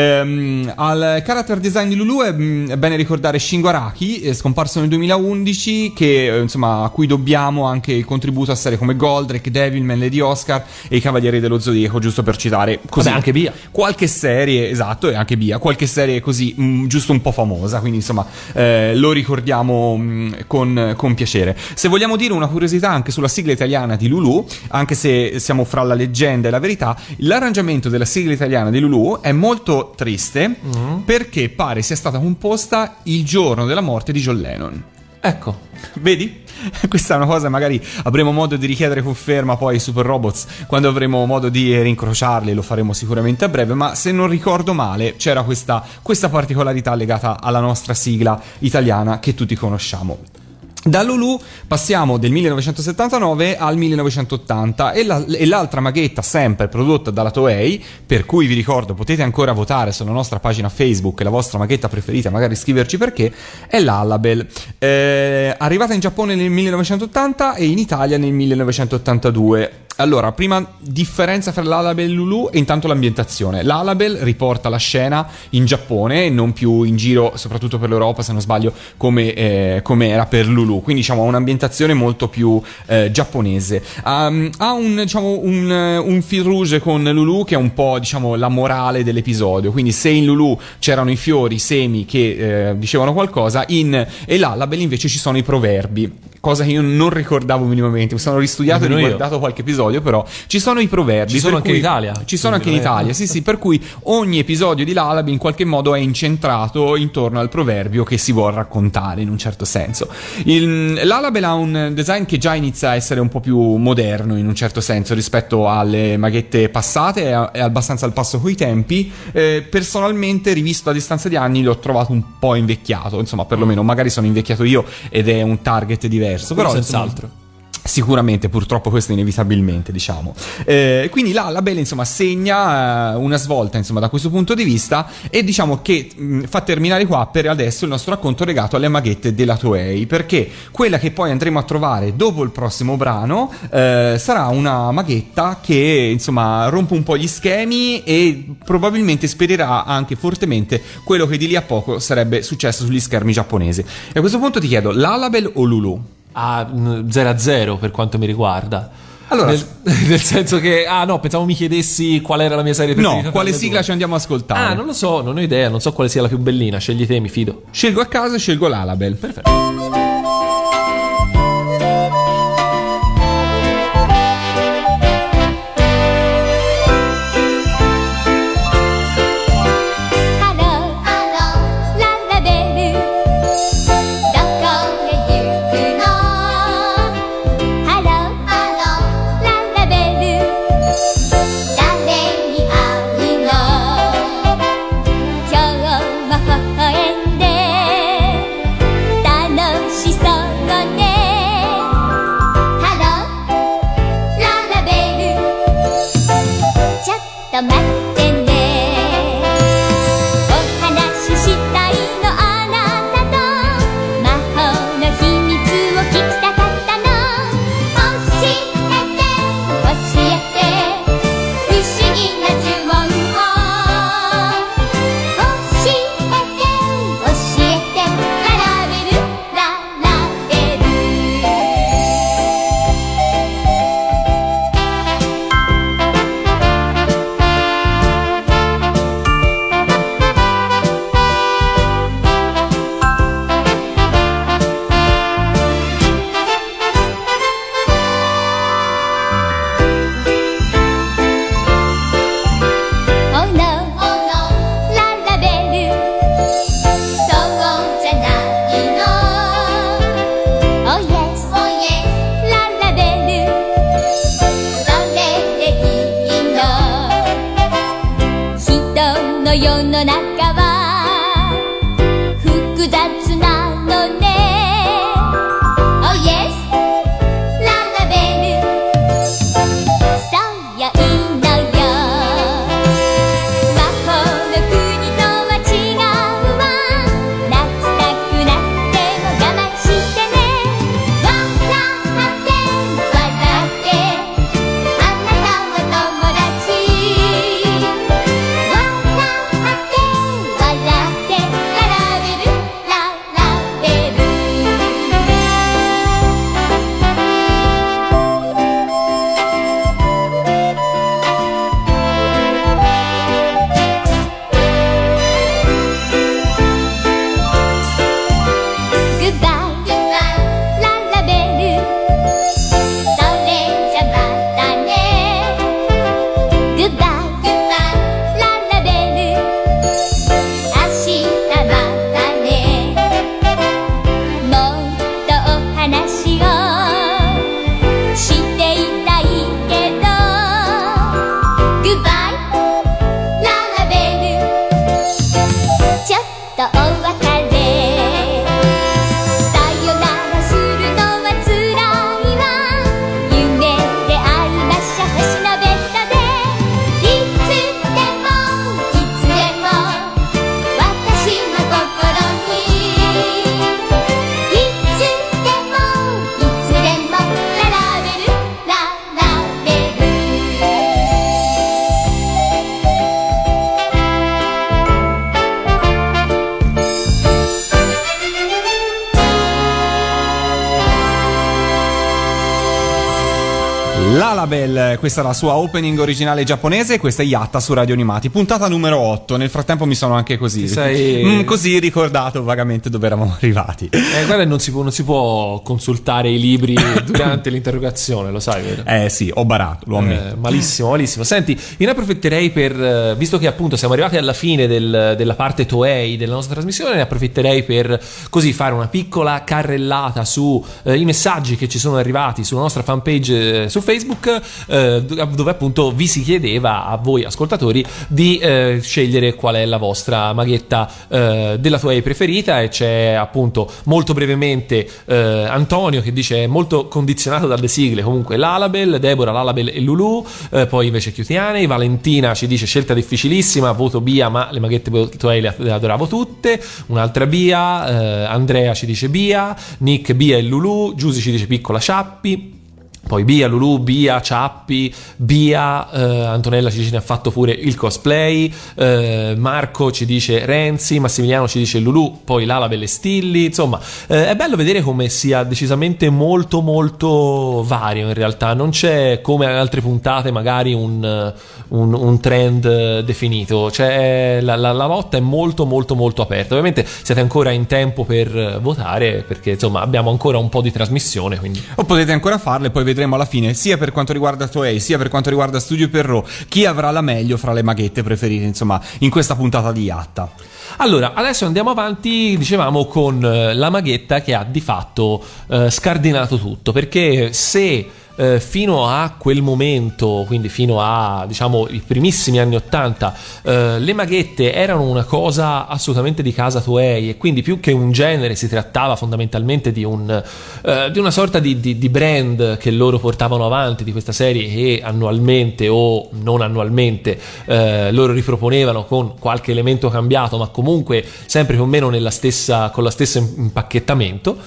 Al character design di Lulu è bene ricordare Shingo Araki, scomparso nel 2011, che insomma a cui dobbiamo anche il contributo a serie come Goldrake, Devilman, Lady Oscar e i Cavalieri dello Zodiaco, giusto per citare così. Anche Bia, qualche serie, esatto, e anche Bia, qualche serie così giusto un po' famosa, quindi insomma lo ricordiamo con piacere. Se vogliamo dire una curiosità anche sulla sigla italiana di Lulu, anche se siamo fra la leggenda e la verità, l'arrangiamento della sigla italiana di Lulu è molto triste, perché pare sia stata composta il giorno della morte di John Lennon. Ecco, vedi? Questa è una cosa, magari avremo modo di richiedere conferma poi ai Super Robots quando avremo modo di rincrociarli, lo faremo sicuramente a breve, ma se non ricordo male c'era questa particolarità legata alla nostra sigla italiana che tutti conosciamo. Da Lulu passiamo del 1979 al 1980 e l'altra maghetta, sempre prodotta dalla Toei, per cui vi ricordo potete ancora votare sulla nostra pagina Facebook la vostra maghetta preferita, magari scriverci perché, è l'Alabel, arrivata in Giappone nel 1980 e in Italia nel 1982. Allora, prima differenza fra l'Alabel e Lulu è intanto l'ambientazione. L'Alabel riporta la scena in Giappone, non più in giro, soprattutto per l'Europa, se non sbaglio, come era per Lulu. Quindi diciamo ha un'ambientazione molto più giapponese. Ha un fil rouge con Lulu che è un po', diciamo, la morale dell'episodio. Quindi se in Lulu c'erano i fiori, i semi che dicevano qualcosa, e l'Alabel invece ci sono i proverbi. cosa che io non ricordavo minimamente. Mi sono ristudiato e riguardato qualche episodio, però ci sono i proverbi. Ci sono anche in Italia. Ci sono anche in Italia, sì, per cui ogni episodio di Lullaby in qualche modo è incentrato intorno al proverbio che si vuol raccontare in un certo senso. Lullaby ha un design che già inizia a essere un po' più moderno in un certo senso rispetto alle maghette passate, è abbastanza al passo coi tempi. Personalmente, rivisto a distanza di anni, l'ho trovato un po' invecchiato, insomma, perlomeno magari sono invecchiato io ed è un target diverso, però senz'altro. Sicuramente, purtroppo questo inevitabilmente, diciamo. Quindi la Bella, insomma, segna una svolta, insomma, da questo punto di vista, e diciamo che fa terminare qua per adesso il nostro racconto legato alle maghette della Toei, perché quella che poi andremo a trovare dopo il prossimo brano sarà una maghetta che, insomma, rompe un po' gli schemi e probabilmente ispirerà anche fortemente quello che di lì a poco sarebbe successo sugli schermi giapponesi. E a questo punto ti chiedo, Lullaby o Lulu? 0-0 per quanto mi riguarda. Allora, nel senso che no, pensavo mi chiedessi qual era la mia serie preferita. No, quale sigla ci andiamo a ascoltare? Non lo so, non ho idea, non so quale sia la più bellina. Scegli te, mi fido. Scelgo a caso e scelgo Lullaby. Perfetto. 世の中は複雑なのね Oh yes ララベルそうよいいのよ魔法の国とは違うわ泣きたくなっても我慢してね笑って笑ってあなたは友達笑って笑 Lalabel, questa è la sua opening originale giapponese, questa è Yatta su Radio Animati, puntata numero 8. Nel frattempo mi sono anche così così ricordato vagamente dove eravamo arrivati. Guarda, non si può consultare i libri durante l'interrogazione, lo sai, vero? Sì, ho barato, lo ammetto. Malissimo. Senti, io ne approfitterei per, visto che appunto siamo arrivati alla fine della parte Toei della nostra trasmissione, ne approfitterei per così fare una piccola carrellata su i messaggi che ci sono arrivati sulla nostra fanpage su Facebook, dove appunto vi si chiedeva a voi ascoltatori di scegliere qual è la vostra maghetta della Toei preferita, e c'è appunto molto brevemente Antonio che dice è molto condizionato dalle sigle, comunque Lalabel, Deborah, Lalabel e Lulu, poi invece Chiutiane, Valentina ci dice scelta difficilissima, voto Bia, ma le maghette Toei le adoravo tutte, un'altra Bia, Andrea ci dice Bia, Nick Bia e Lulu, Giusy ci dice Piccola Ciappi. Poi Bia, Lulu, Bia, Ciappi, Bia, Antonella ci dice ne ha fatto pure il cosplay, Marco ci dice Renzi, Massimiliano ci dice Lulu, poi Lalabel e Stilli. Insomma, è bello vedere come sia decisamente molto molto vario in realtà, non c'è come altre puntate magari un trend definito, cioè la lotta è molto molto molto aperta. Ovviamente siete ancora in tempo per votare, perché insomma abbiamo ancora un po' di trasmissione, quindi. O potete ancora farle, poi vedremo alla fine, sia per quanto riguarda Toei sia per quanto riguarda Studio Pierrot, chi avrà la meglio fra le maghette preferite, insomma, in questa puntata di Yatta. Allora, adesso andiamo avanti, dicevamo, con la maghetta che ha di fatto scardinato tutto, perché se fino a quel momento, quindi fino a diciamo i primissimi anni 80, le maghette erano una cosa assolutamente di casa Toei, e quindi più che un genere si trattava fondamentalmente di una sorta di brand che loro portavano avanti di questa serie, e annualmente o non annualmente loro riproponevano con qualche elemento cambiato, ma comunque sempre più o meno con lo stesso impacchettamento.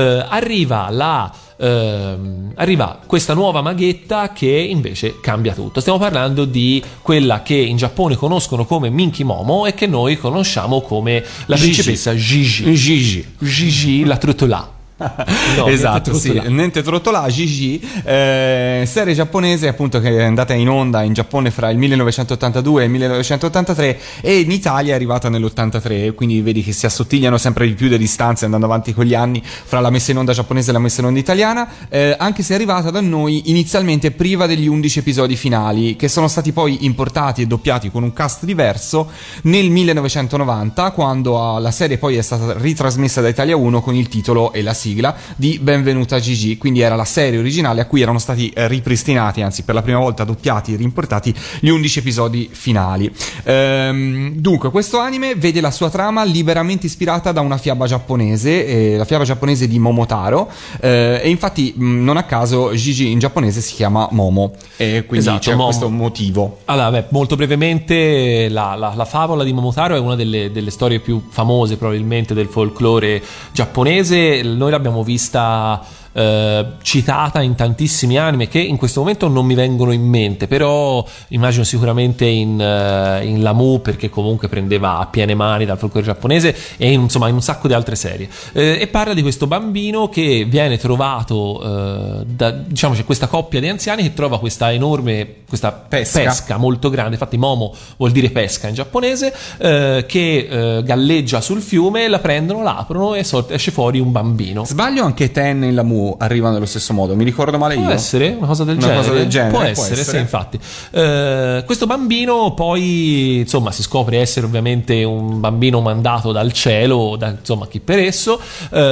Arriva questa nuova maghetta che invece cambia tutto. Stiamo parlando di quella che in Giappone conoscono come Minky Momo e che noi conosciamo come la principessa Gigi la trottola. No, esatto, niente trottola, Gigi, serie giapponese appunto che è andata in onda in Giappone fra il 1982 e il 1983 e in Italia è arrivata nell'83, quindi vedi che si assottigliano sempre di più le distanze andando avanti con gli anni fra la messa in onda giapponese e la messa in onda italiana, anche se è arrivata da noi inizialmente priva degli 11 episodi finali, che sono stati poi importati e doppiati con un cast diverso nel 1990, quando la serie poi è stata ritrasmessa da Italia 1 con il titolo e la sigla di Benvenuta Gigi, quindi era la serie originale a cui erano stati ripristinati, anzi per la prima volta doppiati e rimportati gli 11 episodi finali. Dunque questo anime vede la sua trama liberamente ispirata da una fiaba giapponese, la fiaba giapponese di Momotaro, e infatti non a caso Gigi in giapponese si chiama Momo, e quindi esatto, c'è questo motivo. Allora, molto brevemente la favola di Momotaro è una delle storie più famose probabilmente del folklore giapponese. Noi l'abbiamo vista citata in tantissimi anime che in questo momento non mi vengono in mente, però immagino sicuramente in Lamu, perché comunque prendeva a piene mani dal folklore giapponese, e insomma in un sacco di altre serie, e parla di questo bambino che viene trovato diciamo c'è questa coppia di anziani che trova questa pesca molto grande, infatti Momo vuol dire pesca in giapponese, che galleggia sul fiume, la prendono, la aprono e esce fuori un bambino. Sbaglio, anche Ten in Lamu arriva nello stesso modo, mi ricordo male io? Può essere una cosa del genere. Può essere, sì, infatti. Questo bambino poi insomma si scopre essere ovviamente un bambino mandato dal cielo, da insomma chi per esso,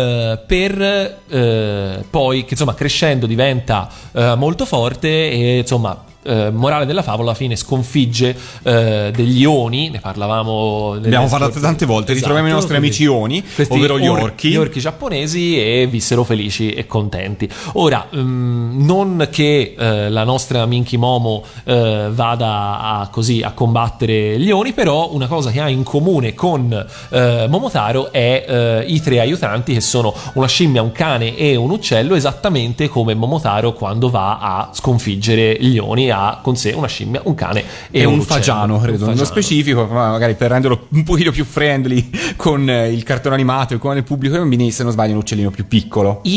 per poi che insomma crescendo diventa molto forte e insomma morale della favola, alla fine sconfigge degli Oni, ne parlavamo, abbiamo parlato tante volte, esatto, ritroviamo i nostri amici Oni, ovvero gli orchi giapponesi, e vissero felici e contenti. Ora, non che la nostra Minky Momo vada a combattere gli Oni, però una cosa che ha in comune con Momotaro è i tre aiutanti, che sono una scimmia, un cane e un uccello, esattamente come Momotaro quando va a sconfiggere gli Oni ha con sé una scimmia, un cane e un fagiano, credo, nello specifico, magari per renderlo un pochino più friendly con il cartone animato e con il pubblico dei bambini, se non sbaglio un uccellino più piccolo. Io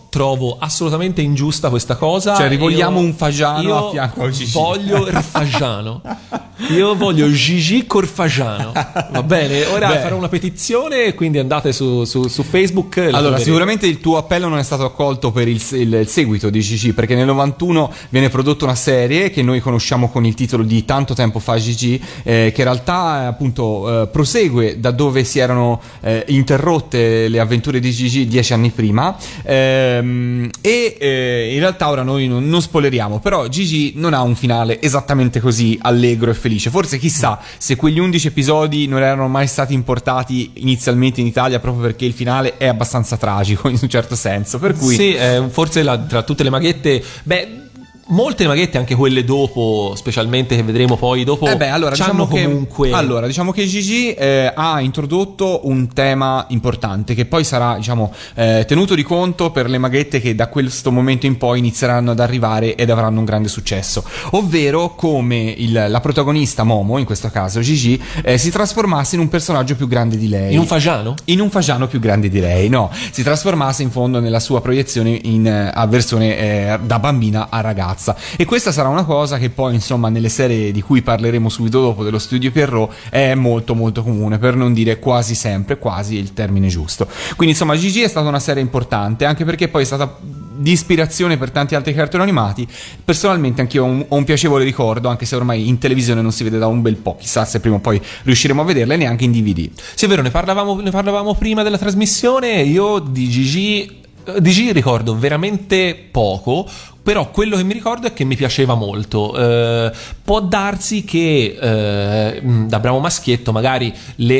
trovo assolutamente ingiusta questa cosa. Cioè rivogliamo un fagiano a fianco a Gigi. Voglio il fagiano. Io voglio Gigi Corfagiano. Va bene, ora farò una petizione, quindi andate su Facebook. Allora, sicuramente il tuo appello non è stato accolto per il seguito di Gigi, perché nel 91 viene prodotta una serie che noi conosciamo con il titolo di Tanto tempo fa Gigi, che in realtà appunto prosegue da dove si erano interrotte le avventure di Gigi 10 anni prima, in realtà ora noi non spoileriamo, però Gigi non ha un finale esattamente così allegro e felice. Forse chissà se quegli 11 episodi non erano mai stati importati inizialmente in Italia proprio perché il finale è abbastanza tragico in un certo senso, per cui sì, forse tra tutte le maghette, molte maghette, anche quelle dopo, specialmente che vedremo poi dopo, allora, diciamo che Gigi ha introdotto un tema importante che poi sarà, diciamo, tenuto di conto per le maghette che da questo momento in poi inizieranno ad arrivare ed avranno un grande successo, ovvero come la protagonista Momo, in questo caso Gigi, si trasformasse in un personaggio più grande di lei. In un fagiano? In un fagiano più grande di lei, no, si trasformasse in fondo nella sua proiezione a versione da bambina a ragazza. E questa sarà una cosa che poi, insomma, nelle serie di cui parleremo subito dopo dello studio Pierrot è molto molto comune, per non dire quasi sempre, quasi è il termine giusto. Quindi insomma Gigi è stata una serie importante, anche perché poi è stata di ispirazione per tanti altri cartoni animati. Personalmente anch'io ho un piacevole ricordo, anche se ormai in televisione non si vede da un bel po', chissà se prima o poi riusciremo a vederle, neanche in DVD. Sì, è vero, ne parlavamo prima della trasmissione. Io di Gigi ricordo veramente poco, però quello che mi ricordo è che mi piaceva molto. Può darsi che da bravo maschietto magari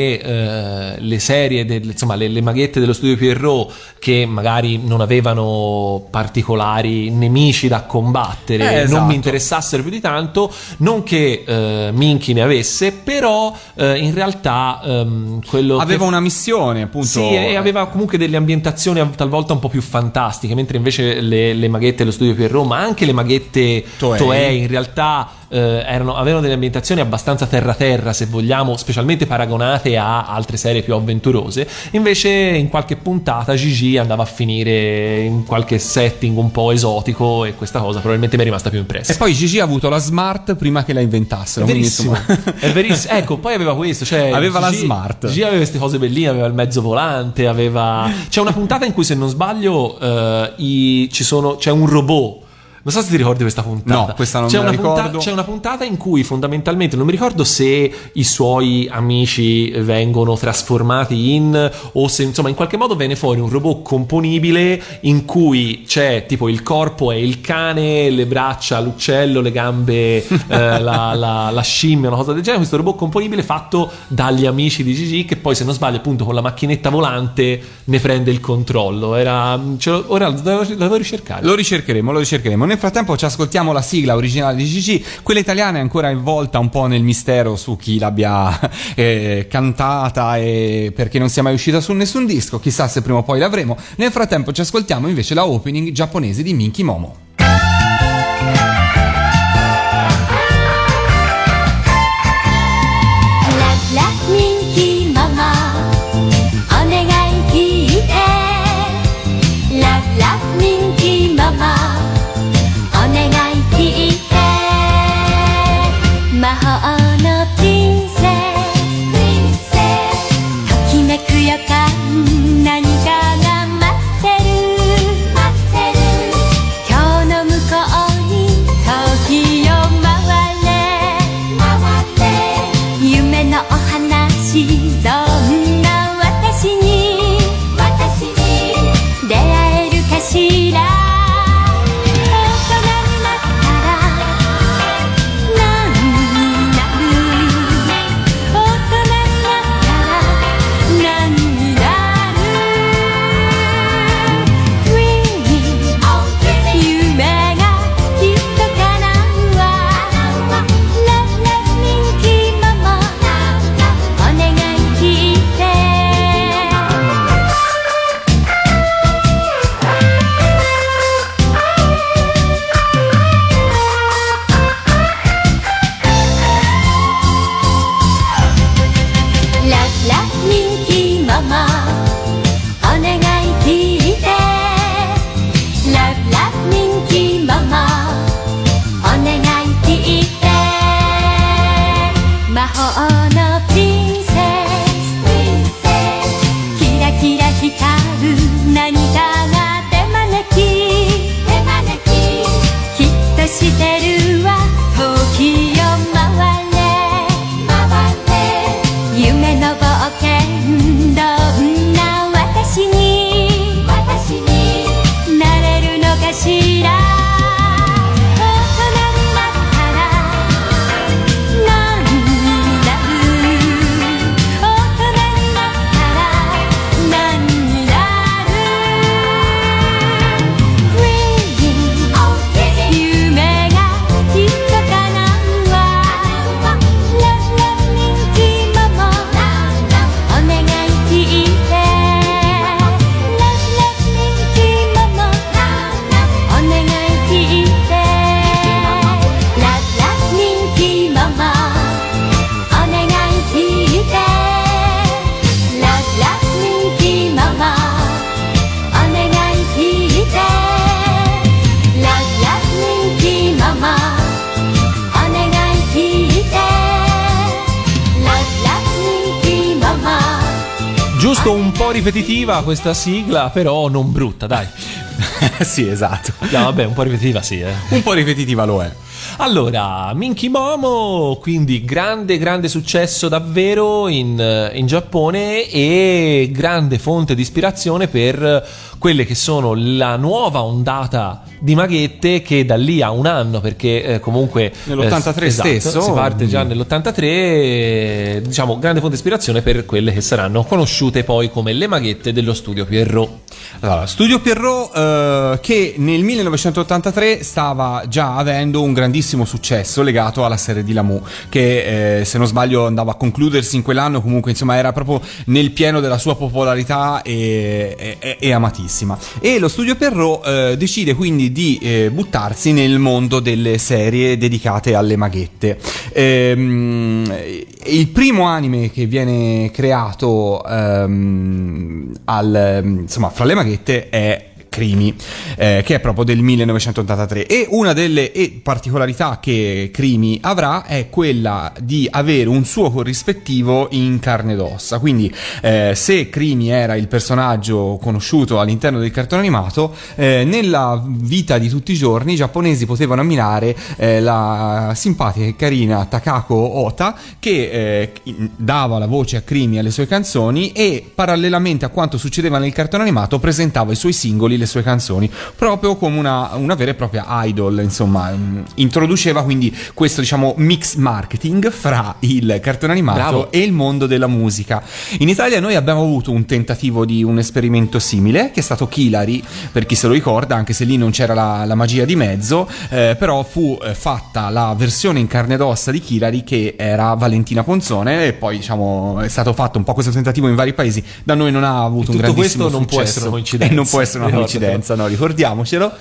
le serie insomma le maghette dello studio Pierrot, che magari non avevano particolari nemici da combattere, esatto, non mi interessassero più di tanto, non che Minky ne avesse, però in realtà quello aveva una missione, appunto. Sì, e aveva comunque delle ambientazioni talvolta un po' più fantastiche, mentre invece le maghette dello studio Pierrot, ma anche le maghette Toei in realtà avevano delle ambientazioni abbastanza terra-terra, se vogliamo, specialmente paragonate a altre serie più avventurose. Invece in qualche puntata Gigi andava a finire in qualche setting un po' esotico, e questa cosa probabilmente mi è rimasta più impressa. E poi Gigi ha avuto la Smart prima che la inventassero. È verissimo, è verissimo. Ecco, poi aveva questo, cioè aveva Gigi, la Smart. Gigi aveva queste cose belline, aveva il mezzo volante, c'è una puntata in cui, se non sbaglio, c'è un robot. Non so se ti ricordi questa puntata. No, questa non me la ricordo. C'è una puntata in cui fondamentalmente, non mi ricordo se i suoi amici vengono trasformati o se, insomma, in qualche modo viene fuori un robot componibile in cui c'è tipo il corpo è il cane, le braccia l'uccello, le gambe la scimmia, una cosa del genere. Questo robot componibile fatto dagli amici di Gigi, che poi, se non sbaglio, appunto con la macchinetta volante ne prende il controllo. Ora lo devo ricercare. Lo ricercheremo. Nel frattempo ci ascoltiamo la sigla originale di Gigi. Quella italiana è ancora avvolta un po' nel mistero su chi l'abbia cantata, e perché non sia mai uscita su nessun disco. Chissà se prima o poi l'avremo. Nel frattempo ci ascoltiamo invece la opening giapponese di Minky Momo. Giusto un po' ripetitiva questa sigla, però non brutta, dai. Sì, esatto. No, vabbè, un po' ripetitiva sì, Un po' ripetitiva lo è. Allora, Minky Momo, quindi grande successo davvero in Giappone e grande fonte di ispirazione per quelle che sono la nuova ondata di maghette che da lì a un anno, perché comunque nell'83 esatto, stesso si parte già nell'83, diciamo grande fonte di ispirazione per quelle che saranno conosciute poi come le maghette dello Studio Pierrot. Allora, Studio Pierrot che nel 1983 stava già avendo un grandissimo successo legato alla serie di Lamoux, che se non sbaglio andava a concludersi in quell'anno, comunque insomma era proprio nel pieno della sua popolarità e amatissima. E lo Studio Pierrot decide quindi di buttarsi nel mondo delle serie dedicate alle maghette. Il primo anime che viene creato insomma fra le maghette è Crimi, che è proprio del 1983, e una delle particolarità che Crimi avrà è quella di avere un suo corrispettivo in carne ed ossa. Quindi se Crimi era il personaggio conosciuto all'interno del cartone animato, nella vita di tutti i giorni i giapponesi potevano ammirare la simpatica e carina Takako Ota, che dava la voce a Crimi alle sue canzoni e parallelamente a quanto succedeva nel cartone animato presentava i suoi singoli, le sue canzoni, proprio come una vera e propria idol, insomma. Introduceva quindi questo, diciamo, mix marketing fra il cartone animato Bravo. e il mondo della musica. In Italia noi abbiamo avuto un tentativo di un esperimento simile, che è stato Kilari, per chi se lo ricorda, anche se lì non c'era la magia di mezzo, però fu fatta la versione in carne ed ossa di Kilari, che era Valentina Ponzone, e poi diciamo è stato fatto un po' questo tentativo in vari paesi. Da noi non ha avuto un grandissimo successo. Tutto questo non può essere una coincidenza. E non può essere una coincidenza, no, ricordiamocelo.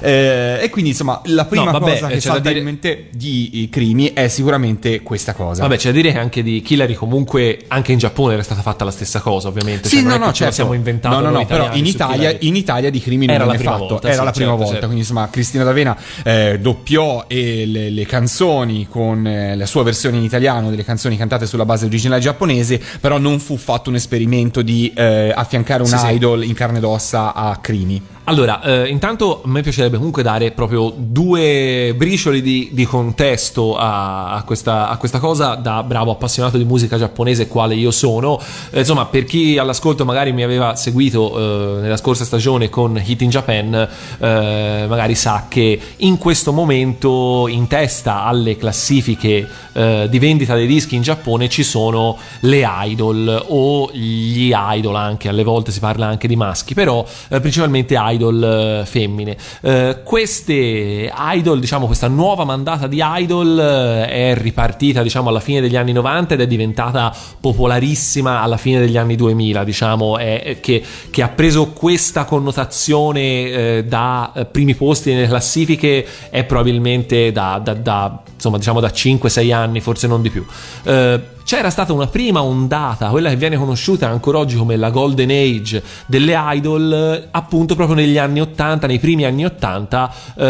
E quindi insomma la prima cosa che salta in mente di Crimi è sicuramente questa cosa. Vabbè, c'è da dire che anche di Kilari comunque anche in Giappone era stata fatta la stessa cosa, ovviamente. Sì, cioè, no, certo. Siamo inventati però in Italia di Crimi non viene fatto. Era la prima volta, quindi insomma Cristina D'Avena doppiò le canzoni con la sua versione in italiano delle canzoni cantate sulla base originale giapponese, però non fu fatto un esperimento di affiancare un idol in carne ed ossa a Crimi. Allora, intanto a me piacerebbe comunque dare proprio due bricioli di contesto a questa cosa, da bravo appassionato di musica giapponese quale io sono. Insomma, per chi all'ascolto magari mi aveva seguito nella scorsa stagione con Hit in Japan, magari sa che in questo momento in testa alle classifiche di vendita dei dischi in Giappone ci sono le idol o gli idol, anche alle volte si parla anche di maschi, però principalmente idol femmine. Queste idol, diciamo questa nuova mandata di idol è ripartita diciamo alla fine degli anni 90 ed è diventata popolarissima alla fine degli anni 2000, diciamo che ha preso questa connotazione da primi posti nelle classifiche è probabilmente da 5-6 anni, forse non di più. C'era stata una prima ondata, quella che viene conosciuta ancora oggi come la Golden Age delle idol, appunto proprio negli anni 80, nei primi anni 80,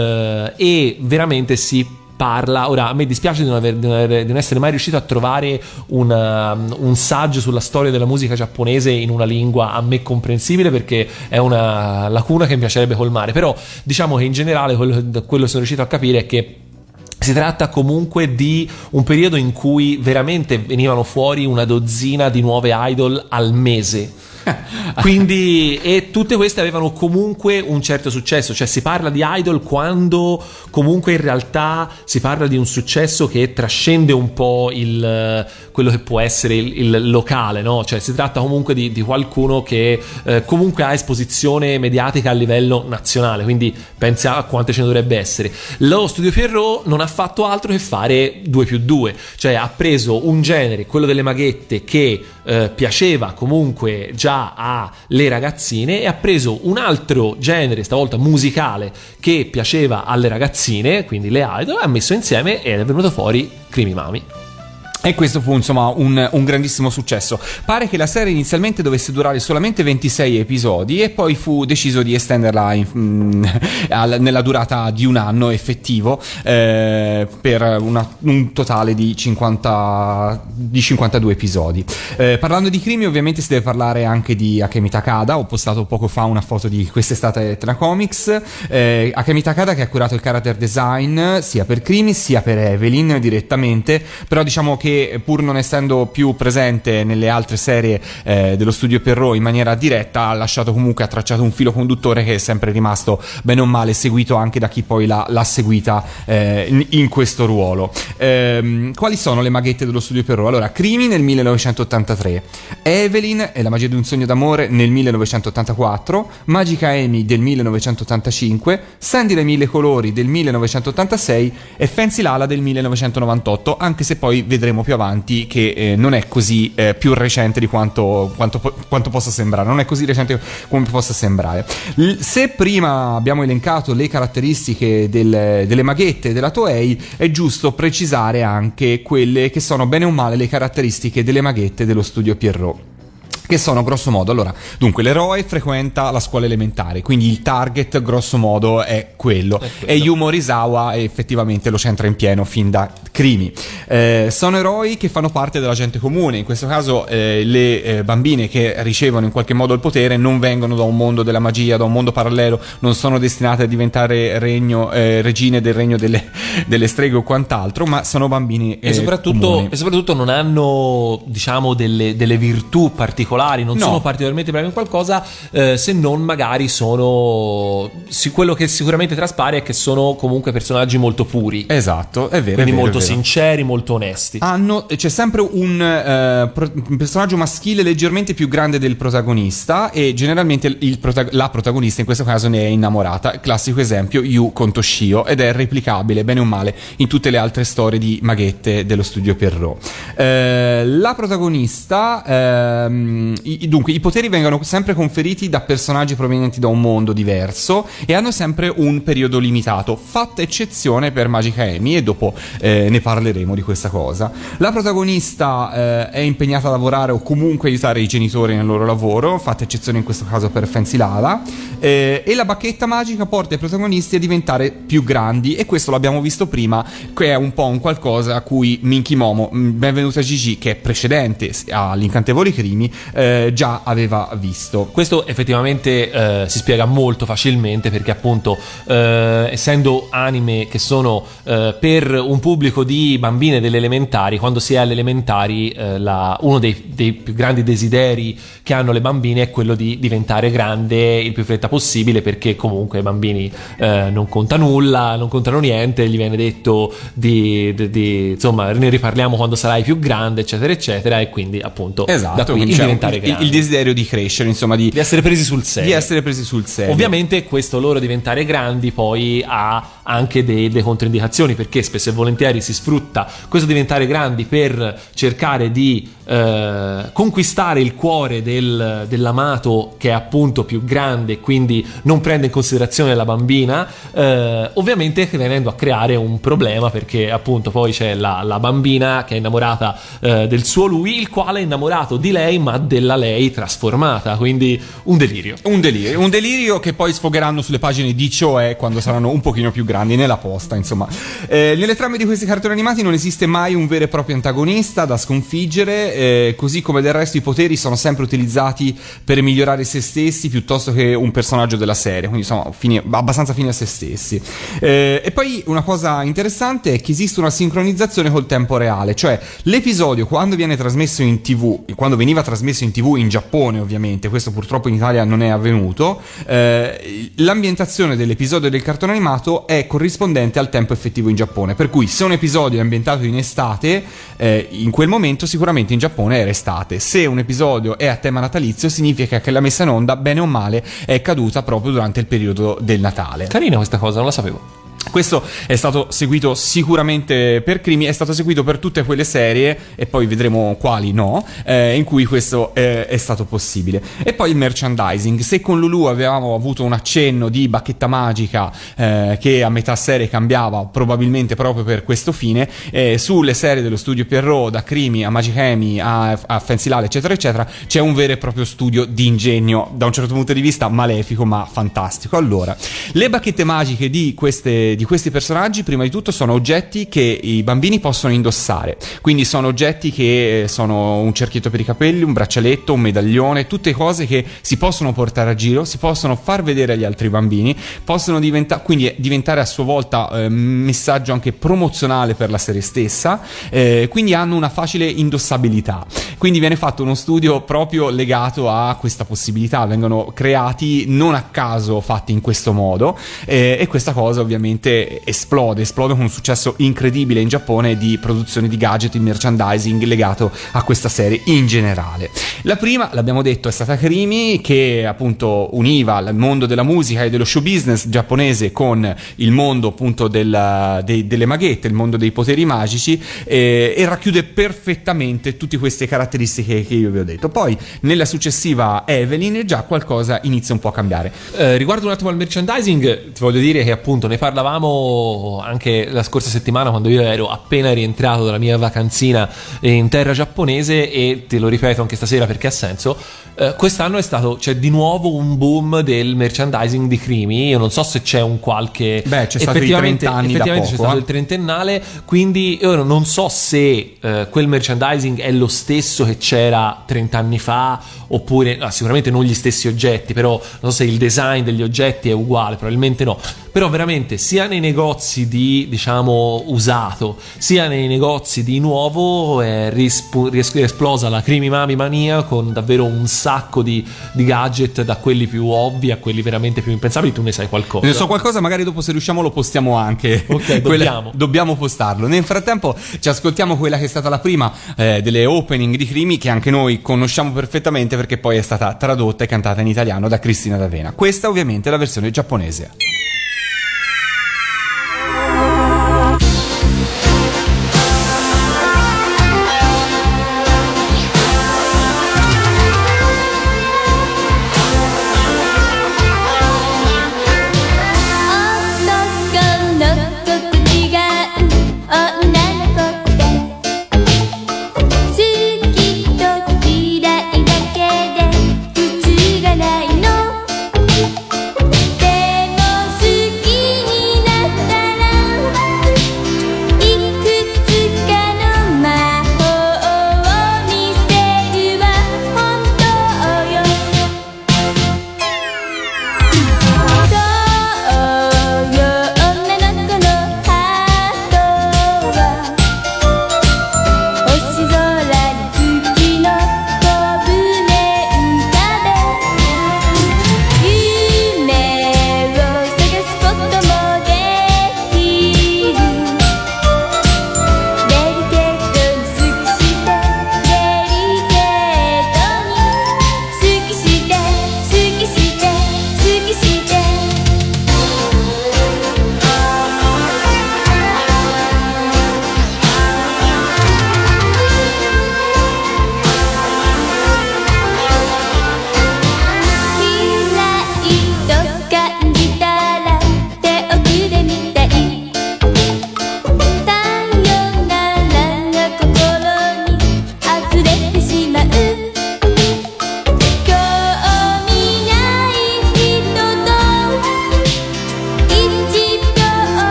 e veramente si parla. Ora, a me dispiace di non essere mai riuscito a trovare un saggio sulla storia della musica giapponese in una lingua a me comprensibile, perché è una lacuna che mi piacerebbe colmare, però diciamo che in generale quello che sono riuscito a capire è che si tratta comunque di un periodo in cui veramente venivano fuori una dozzina di nuove idol al mese. Quindi, e tutte queste avevano comunque un certo successo, cioè si parla di idol quando comunque in realtà si parla di un successo che trascende un po' quello che può essere il locale, no? Cioè si tratta comunque di qualcuno che comunque ha esposizione mediatica a livello nazionale, quindi pensa a quante ce ne dovrebbe essere. Lo Studio Pierrot non ha fatto altro che fare 2+2, cioè ha preso un genere, quello delle maghette, che piaceva comunque già alle ragazzine, e ha preso un altro genere, stavolta musicale, che piaceva alle ragazzine, quindi le idol, ha messo insieme ed è venuto fuori Crimi Mami. E questo fu insomma un grandissimo successo. Pare che la serie inizialmente dovesse durare solamente 26 episodi e poi fu deciso di estenderla nella durata di un anno effettivo, per un totale di 52 episodi. Parlando di Crimi, ovviamente si deve parlare anche di Akemi Takada. Ho postato poco fa una foto di quest'estate Tena Comics. Akemi Takada, che ha curato il character design sia per Crimi sia per Evelyn direttamente, però diciamo che pur non essendo più presente nelle altre serie dello studio Perrault in maniera diretta, ha tracciato un filo conduttore che è sempre rimasto bene o male seguito anche da chi poi l'ha seguita in questo ruolo. Quali sono le maghette dello studio Perrault? Allora, Crimi nel 1983, Evelyn e la magia di un sogno d'amore nel 1984, Magica Amy del 1985, Sandy dai mille colori del 1986 e Fancy Lala del 1998, anche se poi vedremo più avanti che non è così più recente di quanto possa sembrare, non è così recente come possa sembrare. Se prima abbiamo elencato le caratteristiche delle maghette della Toei, è giusto precisare anche quelle che sono bene o male le caratteristiche delle maghette dello studio Pierrot, che sono grosso modo, allora, dunque l'eroe frequenta la scuola elementare, quindi il target grosso modo è quello. E Yu Morisawa effettivamente lo centra in pieno fin da Crimi. Sono eroi che fanno parte della gente comune, in questo caso le bambine che ricevono in qualche modo il potere non vengono da un mondo della magia, da un mondo parallelo, non sono destinate a diventare regine del regno delle streghe o quant'altro, ma sono bambini e soprattutto non hanno, diciamo, delle virtù particolari, non sono particolarmente bravi in qualcosa, se non magari quello che sicuramente traspare è che sono comunque personaggi molto puri. Esatto, è vero. Quindi molto vero. sinceri, molto onesti. C'è sempre un personaggio maschile leggermente più grande del protagonista e generalmente la protagonista in questo caso ne è innamorata. Classico esempio Yu con Toshio, ed è replicabile bene o male in tutte le altre storie di maghette dello studio Perrault. La protagonista dunque i poteri vengono sempre conferiti da personaggi provenienti da un mondo diverso e hanno sempre un periodo limitato, fatta eccezione per Magica Amy, e dopo ne parleremo di questa cosa. La protagonista è impegnata a lavorare o comunque aiutare i genitori nel loro lavoro, fatta eccezione in questo caso per Fancy Lala, e la bacchetta magica porta i protagonisti a diventare più grandi, e questo l'abbiamo visto prima, che è un po' un qualcosa a cui Minky Momo, benvenuta Gigi, che è precedente agli Incantevoli Crimi, già aveva visto. Questo effettivamente si spiega molto facilmente, perché appunto essendo anime che sono per un pubblico di bambine delle elementari, quando si è alle elementari uno dei più grandi desideri che hanno le bambine è quello di diventare grande il più fretta possibile, perché comunque ai bambini non conta nulla, non contano niente, gli viene detto insomma ne riparliamo quando sarai più grande, eccetera eccetera, e quindi appunto da qui diventare grande. Il desiderio di crescere, insomma, di essere presi sul serio. Ovviamente questo loro diventare grandi poi ha anche delle controindicazioni, perché spesso e volentieri si sfrutta questo diventare grandi per cercare di conquistare il cuore dell'amato, che è appunto più grande, quindi non prende in considerazione la bambina, ovviamente venendo a creare un problema, perché appunto poi c'è la bambina che è innamorata del suo lui, il quale è innamorato di lei ma della lei trasformata, quindi un delirio che poi sfogheranno sulle pagine di Cioè quando saranno un pochino più grandi nella posta, insomma. Nelle trame di questi cartoni animati non esiste mai un vero e proprio antagonista da sconfiggere, così come del resto i poteri sono sempre utilizzati per migliorare se stessi piuttosto che un personaggio della serie, quindi insomma abbastanza fini a se stessi. E poi una cosa interessante è che esiste una sincronizzazione col tempo reale, cioè l'episodio quando veniva trasmesso in TV in Giappone, ovviamente questo purtroppo in Italia non è avvenuto, l'ambientazione dell'episodio del cartone animato è corrispondente al tempo effettivo in Giappone, per cui se un episodio è ambientato in estate, in quel momento sicuramente in Giappone era estate. Se un episodio è a tema natalizio, significa che la messa in onda bene o male è caduta proprio durante il periodo del Natale. Carina questa cosa, non la sapevo. Questo è stato seguito sicuramente per Crimi, è stato seguito per tutte quelle serie, e poi vedremo quali no, in cui questo è stato possibile. E poi il merchandising. Se con Lulu avevamo avuto un accenno di bacchetta magica che a metà serie cambiava, probabilmente proprio per questo fine, sulle serie dello studio Pierrot, da Crimi a Magic Amy a Fancy Lale eccetera eccetera, c'è un vero e proprio studio di ingegno, da un certo punto di vista malefico ma fantastico. Allora, le bacchette magiche di questi personaggi, prima di tutto, sono oggetti che i bambini possono indossare, quindi sono oggetti che sono un cerchietto per i capelli, un braccialetto, un medaglione, tutte cose che si possono portare a giro, si possono far vedere agli altri bambini, possono diventare a sua volta messaggio anche promozionale per la serie stessa, quindi hanno una facile indossabilità. Quindi viene fatto uno studio proprio legato a questa possibilità, vengono creati non a caso, fatti in questo modo, e questa cosa ovviamente esplode con un successo incredibile in Giappone di produzione di gadget e merchandising legato a questa serie in generale. La prima, l'abbiamo detto, è stata Crimi, che appunto univa il mondo della musica e dello show business giapponese con il mondo appunto delle maghette, il mondo dei poteri magici, e racchiude perfettamente tutte queste caratteristiche che io vi ho detto. Poi nella successiva Evelyn già qualcosa inizia un po' a cambiare. Riguardo un attimo al merchandising, ti voglio dire che appunto ne parlavamo anche la scorsa settimana, quando io ero appena rientrato dalla mia vacanzina in terra giapponese, e te lo ripeto anche stasera perché ha senso. Quest'anno c'è di nuovo un boom del merchandising di Crimi. Io non so se c'è un qualche... c'è stato i 30 anni da poco, c'è stato il trentennale, quindi io non so se quel merchandising è lo stesso che c'era 30 anni fa, oppure sicuramente non gli stessi oggetti, però non so se il design degli oggetti è uguale, probabilmente no. Però veramente sia nei negozi di, diciamo, usato, sia nei negozi di nuovo è esplosa la Crimi Mami mania, con davvero un sacco di gadget, da quelli più ovvi a quelli veramente più impensabili. Tu ne sai qualcosa? Ne so qualcosa, magari dopo se riusciamo lo postiamo anche. Ok, dobbiamo postarlo. Nel frattempo ci ascoltiamo quella che è stata la prima delle opening di Crimi, che anche noi conosciamo perfettamente perché poi è stata tradotta e cantata in italiano da Cristina D'Avena. Questa ovviamente è la versione giapponese. 「でも好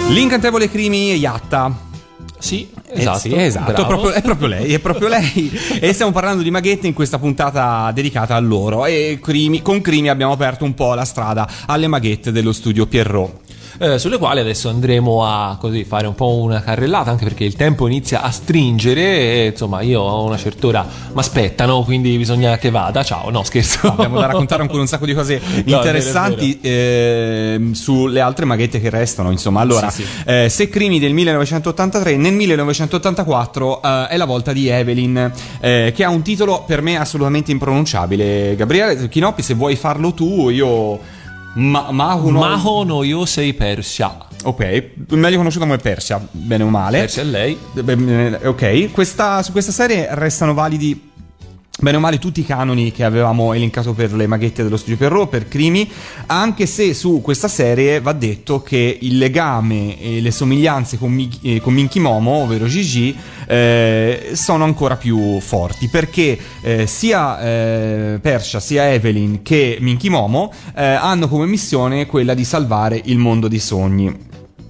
L'incantevole Crimi Yatta. Sì, esatto. Sì, esatto. È proprio lei. E stiamo parlando di Maghette in questa puntata dedicata a loro. E con Crimi abbiamo aperto un po' la strada alle Maghette dello studio Pierrot. Sulle quali adesso andremo a fare un po' una carrellata, anche perché il tempo inizia a stringere e insomma io ho una certa ora, mi aspettano, quindi bisogna che vada. Ciao, no scherzo. Abbiamo da raccontare ancora un sacco di cose interessanti sulle altre Maghette che restano, insomma. Allora, sì. Se Crimi del 1983, nel 1984 è la volta di Evelyn, che ha un titolo per me assolutamente impronunciabile. Gabriele Chinoppi, se vuoi farlo tu, io... Maho no Yosei Persia. Ok, meglio conosciuto come Persia, bene o male. Persia è lei. Ok, su questa serie restano validi bene o male tutti i canoni che avevamo elencato per le Maghette dello studio Pierrot, per Crimi, anche se su questa serie va detto che il legame e le somiglianze con Minky Momo, ovvero Gigi, sono ancora più forti, perché sia Persia, sia Evelyn che Minky Momo hanno come missione quella di salvare il mondo dei sogni.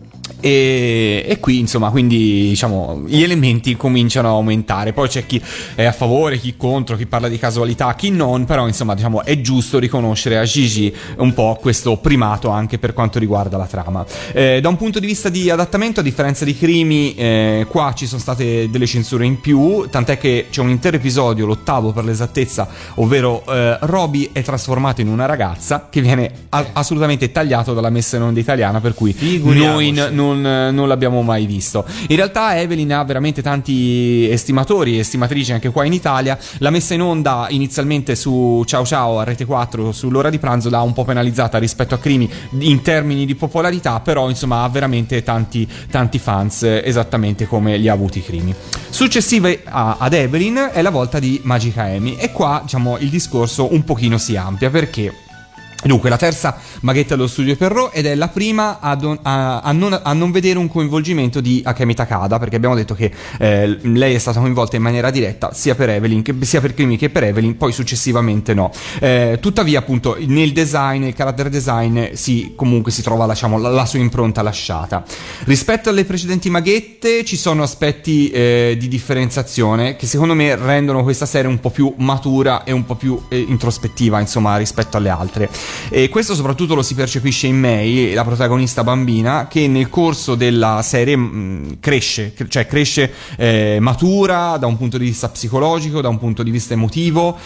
E qui insomma, quindi diciamo gli elementi cominciano a aumentare. Poi c'è chi è a favore, chi contro, chi parla di casualità, chi non. Però insomma, diciamo, è giusto riconoscere a Gigi un po' questo primato anche per quanto riguarda la trama. Da un punto di vista di adattamento, a differenza di Crimi, qua ci sono state delle censure in più, tant'è che c'è un intero episodio, l'8º per l'esattezza, ovvero Roby è trasformato in una ragazza, che viene assolutamente tagliato dalla messa in onda italiana, per cui noi non l'abbiamo mai visto. In realtà Evelyn ha veramente tanti estimatori e estimatrici anche qua in Italia. La messa in onda inizialmente su Ciao Ciao a Rete 4 sull'ora di pranzo l'ha un po' penalizzata rispetto a Crimi in termini di popolarità, però insomma ha veramente tanti fans, esattamente come li ha avuti Crimi. Successive ad Evelyn è la volta di Magica Amy, e qua diciamo il discorso un pochino si amplia, perché dunque la terza Maghette dello studio Pierrot, ed è la prima a non vedere un coinvolgimento di Akemi Takada, perché abbiamo detto che lei è stata coinvolta in maniera diretta sia per Evelyn sia per Crimi che per Evelyn, poi successivamente no. Tuttavia appunto nel design, nel character design comunque si trova la sua impronta lasciata. Rispetto alle precedenti Maghette ci sono aspetti di differenziazione che secondo me rendono questa serie un po' più matura e un po' più introspettiva, insomma, rispetto alle altre. E questo soprattutto lo si percepisce in Mei, la protagonista bambina, che nel corso della serie cresce, matura da un punto di vista psicologico, da un punto di vista emotivo,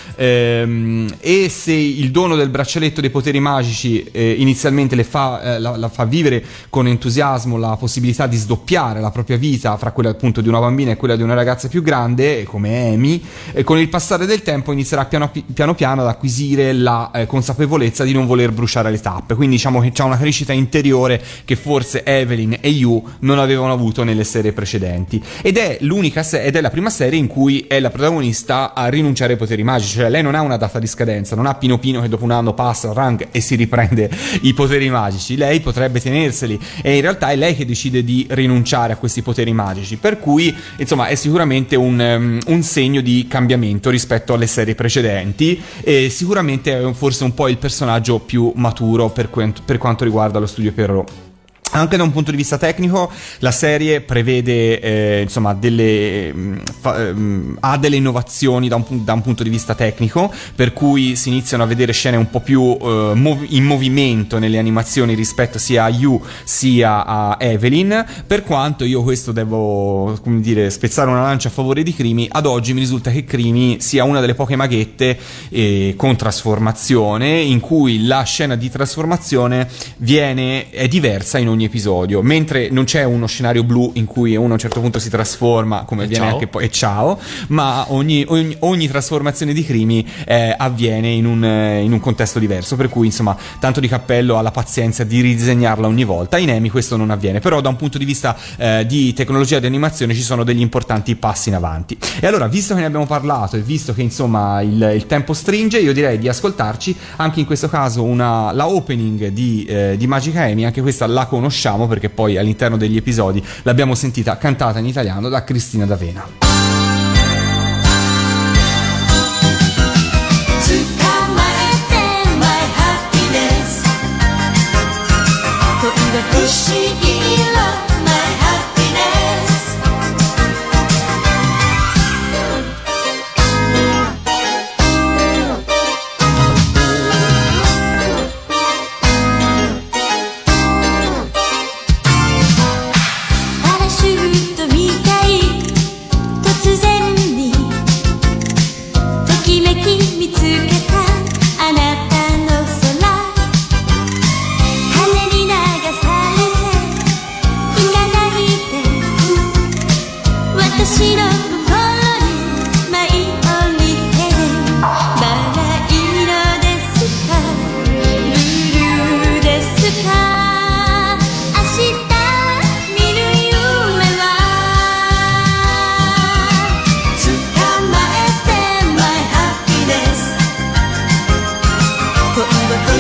e se il dono del braccialetto dei poteri magici inizialmente la fa vivere con entusiasmo la possibilità di sdoppiare la propria vita fra quella appunto di una bambina e quella di una ragazza più grande come Amy, con il passare del tempo inizierà piano piano ad acquisire la consapevolezza di non voler bruciare le tappe. Quindi diciamo che c'è una crescita interiore che forse Evelyn e Yu non avevano avuto nelle serie precedenti, ed è la prima serie in cui è la protagonista a rinunciare ai poteri magici, cioè lei non ha una data di scadenza, non ha Pino Pino che dopo un anno passa il rank e si riprende i poteri magici. Lei potrebbe tenerseli, e in realtà è lei che decide di rinunciare a questi poteri magici, per cui insomma è sicuramente un segno di cambiamento rispetto alle serie precedenti, e sicuramente è forse un po' il personaggio più maturo per quanto riguarda lo studio Pierrot. Anche da un punto di vista tecnico la serie prevede insomma ha delle innovazioni da un punto di vista tecnico, per cui si iniziano a vedere scene un po' più in movimento nelle animazioni rispetto sia a Yu sia a Evelyn, per quanto io questo devo spezzare una lancia a favore di Crimi. Ad oggi mi risulta che Crimi sia una delle poche Maghette con trasformazione in cui la scena di trasformazione è diversa in ogni episodio, mentre non c'è uno scenario blu in cui uno a un certo punto si trasforma come avviene anche poi e ciao, ma ogni trasformazione di Crimi avviene in un contesto diverso, per cui insomma tanto di cappello alla pazienza di ridisegnarla ogni volta. In Amy questo non avviene, però da un punto di vista di tecnologia di animazione ci sono degli importanti passi in avanti. E allora, visto che ne abbiamo parlato e visto che insomma il tempo stringe, io direi di ascoltarci anche in questo caso la opening di Magica Amy. Anche questa la conosciamo perché poi all'interno degli episodi l'abbiamo sentita cantata in italiano da Cristina D'Avena. Bye.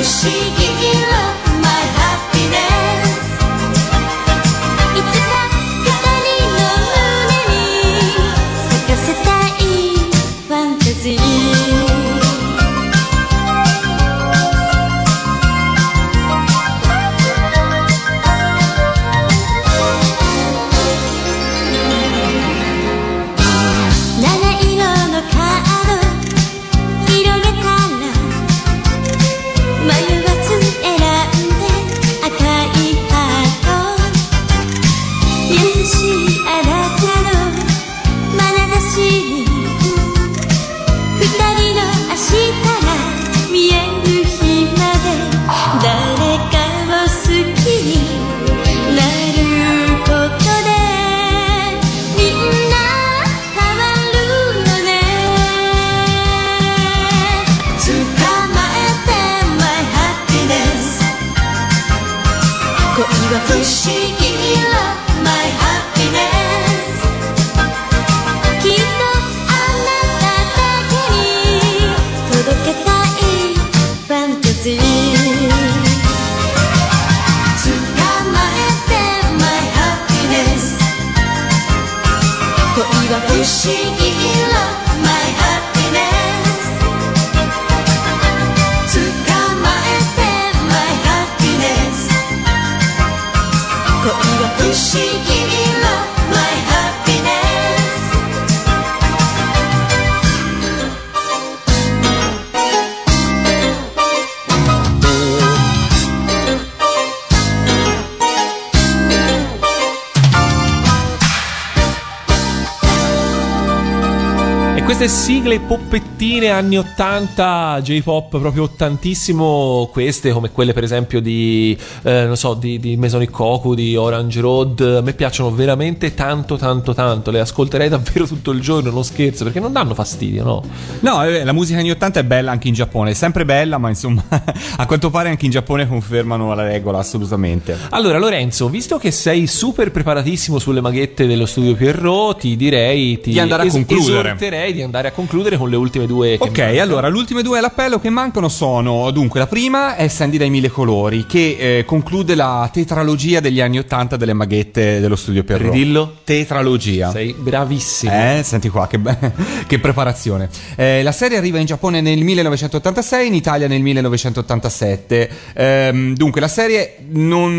思議色 My happiness いつか二人の胸に咲かせたいファンタジー不思議色 My happiness きっとあなただけに届けたいファンタジー捕まえて My happiness 恋は不思議色 My happiness 捕まえて My happiness恋は不思議色 My happiness E queste sigle poppettine anni 80, J-pop proprio ottantissimo, queste come quelle per esempio di non so, di Masonic Koku, di Orange Road, a me piacciono veramente tanto, le ascolterei davvero tutto il giorno, non scherzo, perché non danno fastidio, no? No, la musica anni 80 è bella anche in Giappone, è sempre bella, ma insomma a quanto pare anche in Giappone confermano la regola assolutamente. Allora Lorenzo, visto che sei super preparatissimo sulle maghette dello studio Pierrot, ti direi di andare a concludere. Esorterei di andare a concludere con le ultime due che ok, mancano. allora, le ultime due all'appello che mancano sono, dunque, la prima è Sandy dai mille colori, che conclude la tetralogia degli anni 80 delle maghette dello studio Pierrot. Ridillo? Tetralogia. Sei bravissimo. Senti qua, che preparazione. La serie arriva in Giappone nel 1986, in Italia nel 1987. Dunque, la serie non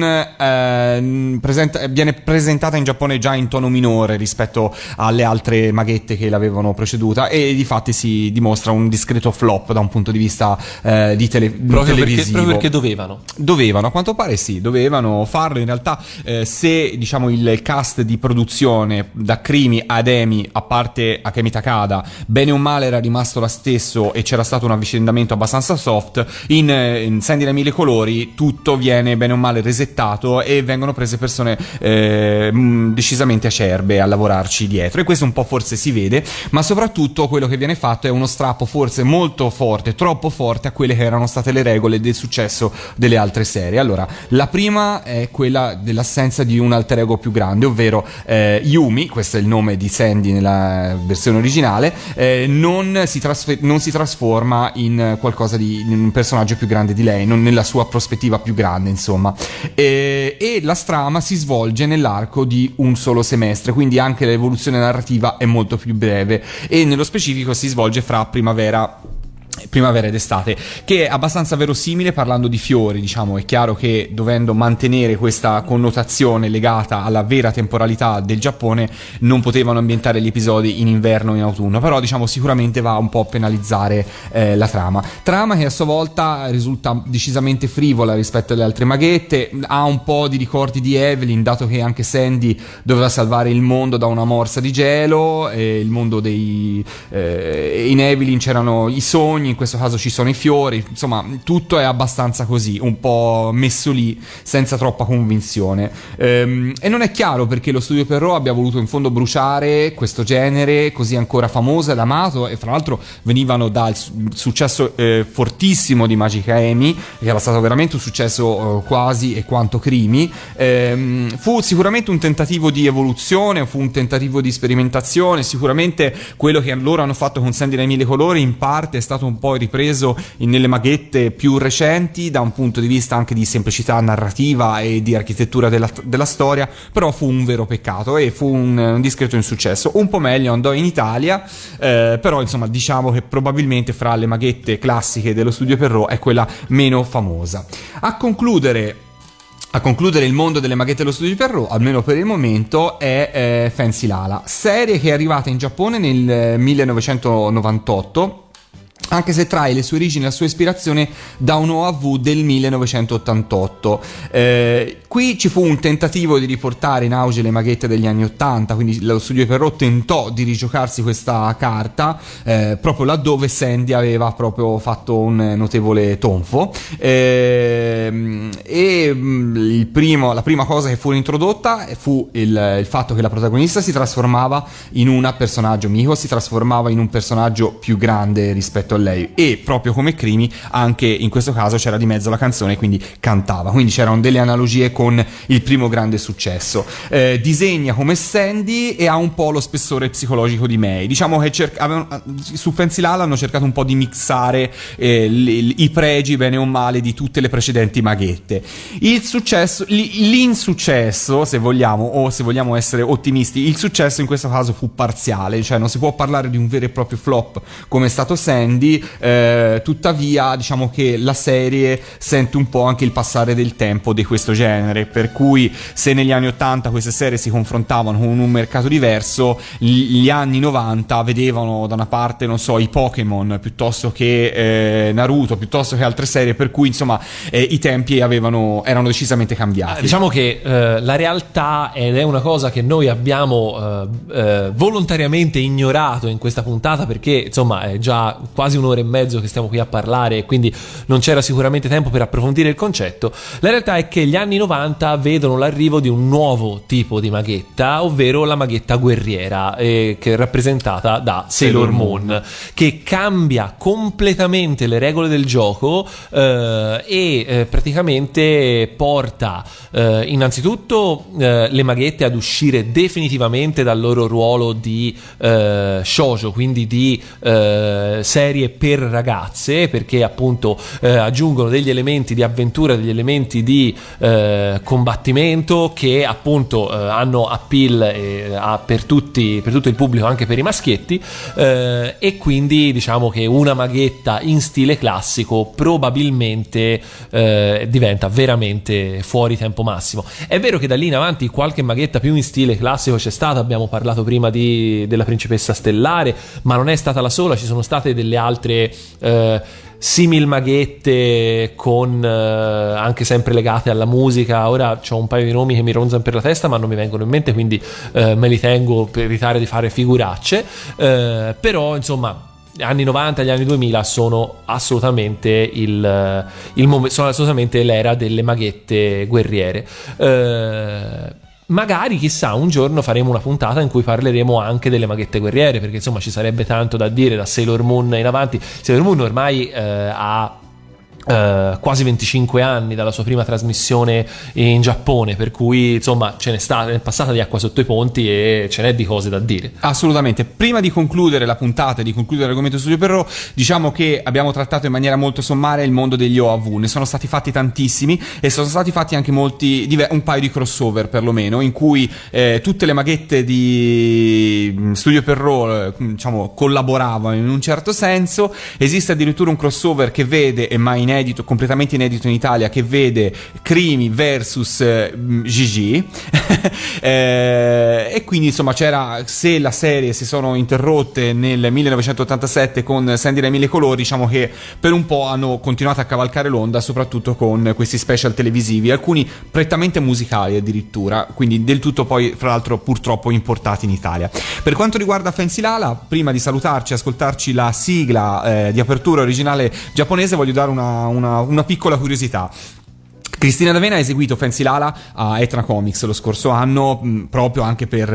viene presentata in Giappone già in tono minore rispetto alle altre maghette che l'avevano preceduta, e di fatti si dimostra un discreto flop da un punto di vista televisivo. Proprio perché dovevano, a quanto pare sì, dovevano farlo. In realtà se diciamo il cast di produzione da Krimi ad Emi, a parte Akemi Takada, bene o male era rimasto lo stesso e c'era stato un avvicendamento abbastanza soft, in Sandy dai mille colori tutto viene bene o male resettato e vengono prese persone decisamente acerbe a lavorarci dietro, e questo un po' forse si vede, ma soprattutto quello che viene fatto è uno strappo forse molto forte, troppo forte a quelle che erano state le regole del successo delle altre serie. Allora, la prima è quella dell'assenza di un alter ego più grande, ovvero Yumi, questo è il nome di Sandy nella versione originale, non si trasforma in qualcosa in un personaggio più grande di lei, non nella sua prospettiva più grande, insomma, e la trama si svolge nell'arco di un solo semestre, quindi anche l'evoluzione narrativa è molto più breve, e nello specifico si svolge fra primavera ed estate, che è abbastanza verosimile parlando di fiori, diciamo. È chiaro che dovendo mantenere questa connotazione legata alla vera temporalità del Giappone non potevano ambientare gli episodi in inverno o in autunno, però diciamo sicuramente va un po' a penalizzare la trama che a sua volta risulta decisamente frivola rispetto alle altre maghette, ha un po' di ricordi di Evelyn, dato che anche Sandy doveva salvare il mondo da una morsa di gelo, e il mondo in Evelyn c'erano i sogni, in questo caso ci sono i fiori, insomma tutto è abbastanza così, un po' messo lì senza troppa convinzione, e non è chiaro perché lo studio Pierrot abbia voluto in fondo bruciare questo genere così ancora famoso ed amato, e fra l'altro venivano dal successo fortissimo di Magica Emi, che era stato veramente un successo quasi e quanto Krimi. Fu sicuramente un tentativo di evoluzione, fu un tentativo di sperimentazione, sicuramente quello che loro hanno fatto con Sandy dai mille colori in parte è stato po' ripreso nelle maghette più recenti da un punto di vista anche di semplicità narrativa e di architettura della storia, però fu un vero peccato e fu un discreto insuccesso. Un po' meglio andò in Italia, però insomma diciamo che probabilmente fra le maghette classiche dello studio Perrault è quella meno famosa. A concludere il mondo delle maghette dello studio Perrault, almeno per il momento, è Fancy Lala, serie che è arrivata in Giappone nel 1998, anche se trae le sue origini e la sua ispirazione da un OAV del 1988. Qui ci fu un tentativo di riportare in auge le maghette degli anni 80, quindi lo studio Perrault tentò di rigiocarsi questa carta proprio laddove Sandy aveva proprio fatto un notevole tonfo, la prima cosa che fu introdotta fu il fatto che la protagonista si trasformava in un personaggio Miko, si trasformava in un personaggio più grande rispetto a lei, e proprio come Crimi anche in questo caso c'era di mezzo la canzone, quindi cantava, quindi c'erano delle analogie con il primo grande successo. Disegna come Sandy e ha un po' lo spessore psicologico di Mei. Diciamo che su Fancy Lala hanno cercato un po' di mixare i pregi bene o male di tutte le precedenti maghette. L'insuccesso, se vogliamo, o se vogliamo essere ottimisti, il successo in questo caso fu parziale, cioè non si può parlare di un vero e proprio flop come è stato Sandy. Tuttavia diciamo che la serie sente un po' anche il passare del tempo di questo genere, per cui se negli anni 80 queste serie si confrontavano con un mercato diverso, gli anni 90 vedevano da una parte, non so, i Pokémon piuttosto che Naruto, piuttosto che altre serie, per cui insomma i tempi erano decisamente cambiati. Diciamo che la realtà, ed è una cosa che noi abbiamo volontariamente ignorato in questa puntata, perché insomma è già quasi un'ora e mezzo che stiamo qui a parlare e quindi non c'era sicuramente tempo per approfondire il concetto. La realtà è che gli anni 90 vedono l'arrivo di un nuovo tipo di maghetta, ovvero la maghetta guerriera, che è rappresentata da Sailor Moon, che cambia completamente le regole del gioco e praticamente porta innanzitutto le maghette ad uscire definitivamente dal loro ruolo di shoujo, quindi di serie per ragazze, perché appunto aggiungono degli elementi di avventura, degli elementi di combattimento che appunto hanno appeal per tutto il pubblico, anche per i maschietti, e quindi diciamo che una maghetta in stile classico probabilmente diventa veramente fuori tempo massimo. È vero che da lì in avanti qualche maghetta più in stile classico c'è stata, abbiamo parlato prima della Principessa Stellare, ma non è stata la sola, ci sono state delle altre simil maghette con anche sempre legate alla musica. Ora c'ho un paio di nomi che mi ronzano per la testa ma non mi vengono in mente, quindi me li tengo per evitare di fare figuracce, però insomma anni 90 agli anni 2000 sono assolutamente sono assolutamente l'era delle maghette guerriere. Magari, chissà, un giorno faremo una puntata in cui parleremo anche delle maghette guerriere, perché insomma ci sarebbe tanto da dire da Sailor Moon in avanti. Sailor Moon ormai ha quasi 25 anni dalla sua prima trasmissione in Giappone, per cui insomma ce n'è passata di acqua sotto i ponti e ce n'è di cose da dire. Assolutamente. Prima di concludere la puntata e di concludere l'argomento Studio Perrault, diciamo che abbiamo trattato in maniera molto sommaria il mondo degli OAV. Ne sono stati fatti tantissimi e sono stati fatti anche un paio di crossover perlomeno, in cui tutte le maghette di Studio Perrault diciamo collaboravano in un certo senso. Esiste addirittura un crossover che vede, e mai completamente inedito in Italia, che vede Crimi versus Gigi e quindi insomma se la serie si sono interrotte nel 1987 con Sandy dai mille colori, diciamo che per un po' hanno continuato a cavalcare l'onda, soprattutto con questi special televisivi, alcuni prettamente musicali addirittura, quindi del tutto poi fra l'altro purtroppo importati in Italia. Per quanto riguarda Fancy Lala, prima di salutarci e ascoltarci la sigla di apertura originale giapponese, voglio dare una piccola curiosità. Cristina D'Avena ha eseguito Fancy Lala a Etna Comics lo scorso anno, proprio anche per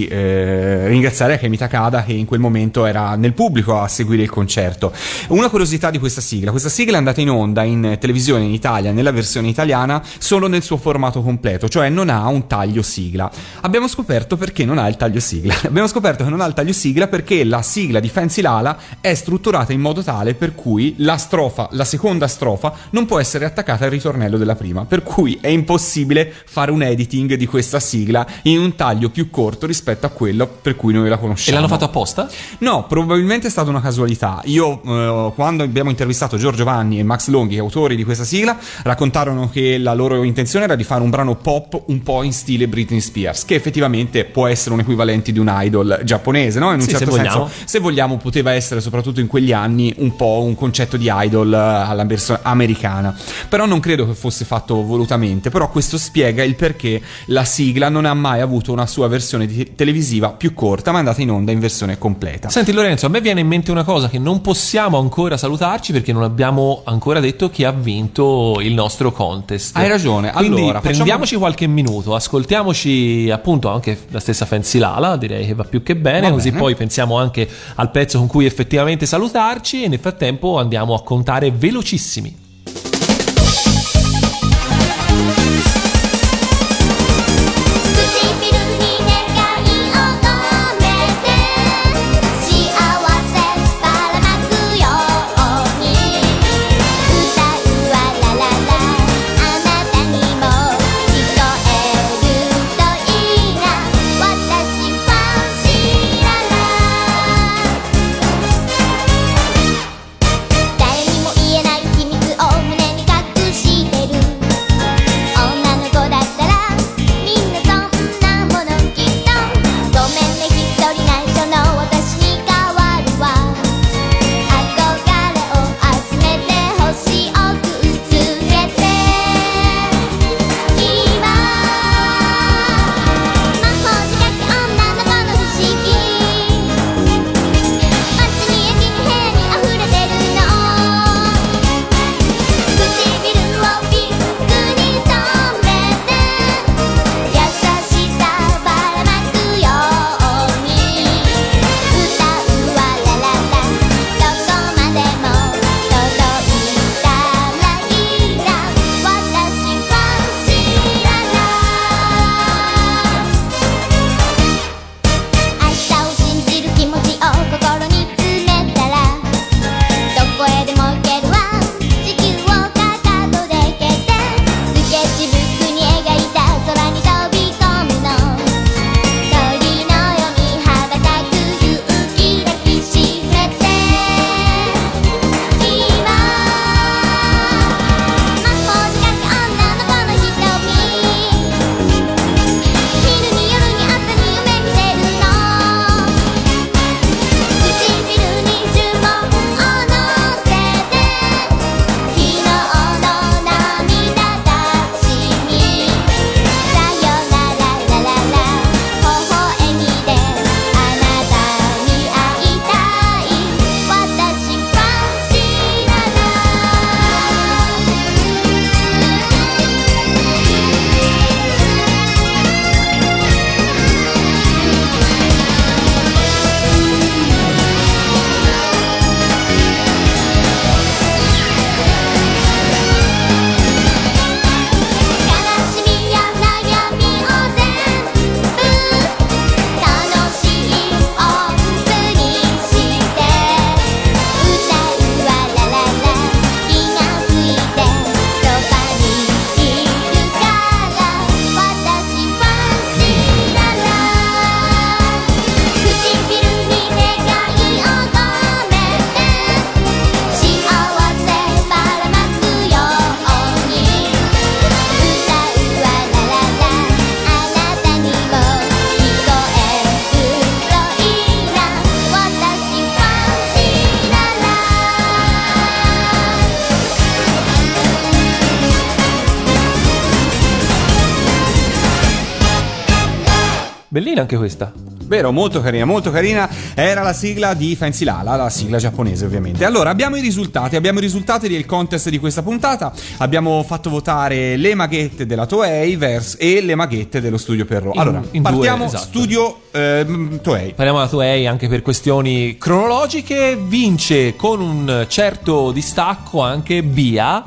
ringraziare Akemi Takada, che in quel momento era nel pubblico a seguire il concerto. Una curiosità di questa sigla è andata in onda in televisione in Italia nella versione italiana solo nel suo formato completo, cioè non ha un taglio sigla. Abbiamo scoperto perché non ha il taglio sigla. Abbiamo scoperto che non ha il taglio sigla perché la sigla di Fancy Lala è strutturata in modo tale per cui la seconda strofa non può essere attaccata al ritornello della prima, per cui è impossibile fare un editing di questa sigla in un taglio più corto rispetto a quello per cui noi la conosciamo. E l'hanno fatto apposta? No, probabilmente è stata una casualità. Io quando abbiamo intervistato Giorgio Vanni e Max Longhi, autori di questa sigla, raccontarono che la loro intenzione era di fare un brano pop un po' in stile Britney Spears, che effettivamente può essere un equivalente di un idol giapponese, no? In un certo senso, se vogliamo, poteva essere soprattutto in quegli anni un po' un concetto di idol alla versione americana. Però non credo che fosse fatto volutamente, però questo spiega il perché la sigla non ha mai avuto una sua versione televisiva più corta, ma è andata in onda in versione completa. Senti Lorenzo, a me viene in mente una cosa, che non possiamo ancora salutarci perché non abbiamo ancora detto chi ha vinto il nostro contest. Hai ragione. Quindi allora prendiamoci qualche minuto, ascoltiamoci appunto anche la stessa Fancy Lala, direi che va più che bene, così poi pensiamo anche al pezzo con cui effettivamente salutarci e nel frattempo andiamo a contare velocissimi. 'Bellina anche questa. Vero, molto carina. Era la sigla di Fancy Lala, la sigla giapponese ovviamente. Allora, abbiamo i risultati del contest di questa puntata. Abbiamo fatto votare le maghette della Toei e le maghette dello studio Perro. Allora, partiamo esatto. Studio Toei. Parliamo della Toei anche per questioni cronologiche. Vince con un certo distacco anche Bia,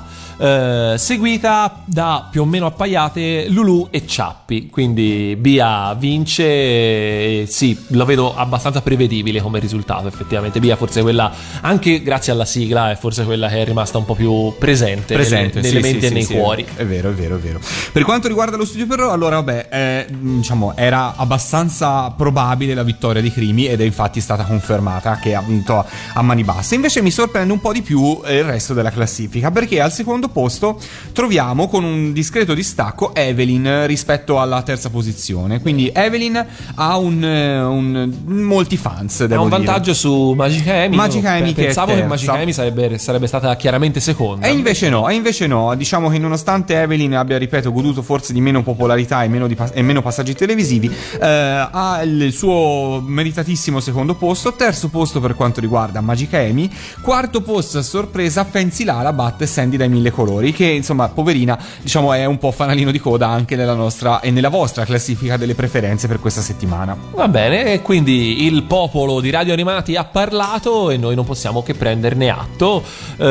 seguita da più o meno appaiate Lulu e Ciappi. Quindi Bia vince, sì, lo vedo abbastanza prevedibile come risultato. Effettivamente Bia forse quella, anche grazie alla sigla, è forse quella che è rimasta un po' più presente nelle menti e nei cuori. È vero. Per quanto riguarda lo studio Perro, allora vabbè, diciamo era abbastanza probabile la vittoria di Crimi, ed è infatti stata confermata che ha vinto a mani basse. Invece mi sorprende un po' di più il resto della classifica, perché al secondo posto troviamo con un discreto distacco Evelyn rispetto alla terza posizione. Quindi Evelyn ha molti fans, devo ha un dire. vantaggio su Magica Emi. Pensavo che Magica Emi sarebbe stata chiaramente seconda. E invece no. Diciamo che nonostante Evelyn abbia, ripeto, goduto forse di meno popolarità e meno passaggi televisivi, ha il suo meritatissimo secondo posto. Terzo posto per quanto riguarda Magica Emi. Quarto posto a sorpresa Fancy Lala batte Sandy dai Mille Colori, che insomma poverina, diciamo, è un po' fanalino di coda anche nella nostra e nella vostra classifica delle preferenze per questa settimana. Va bene, e quindi il popolo di Radio Animati ha parlato e noi non possiamo che prenderne atto,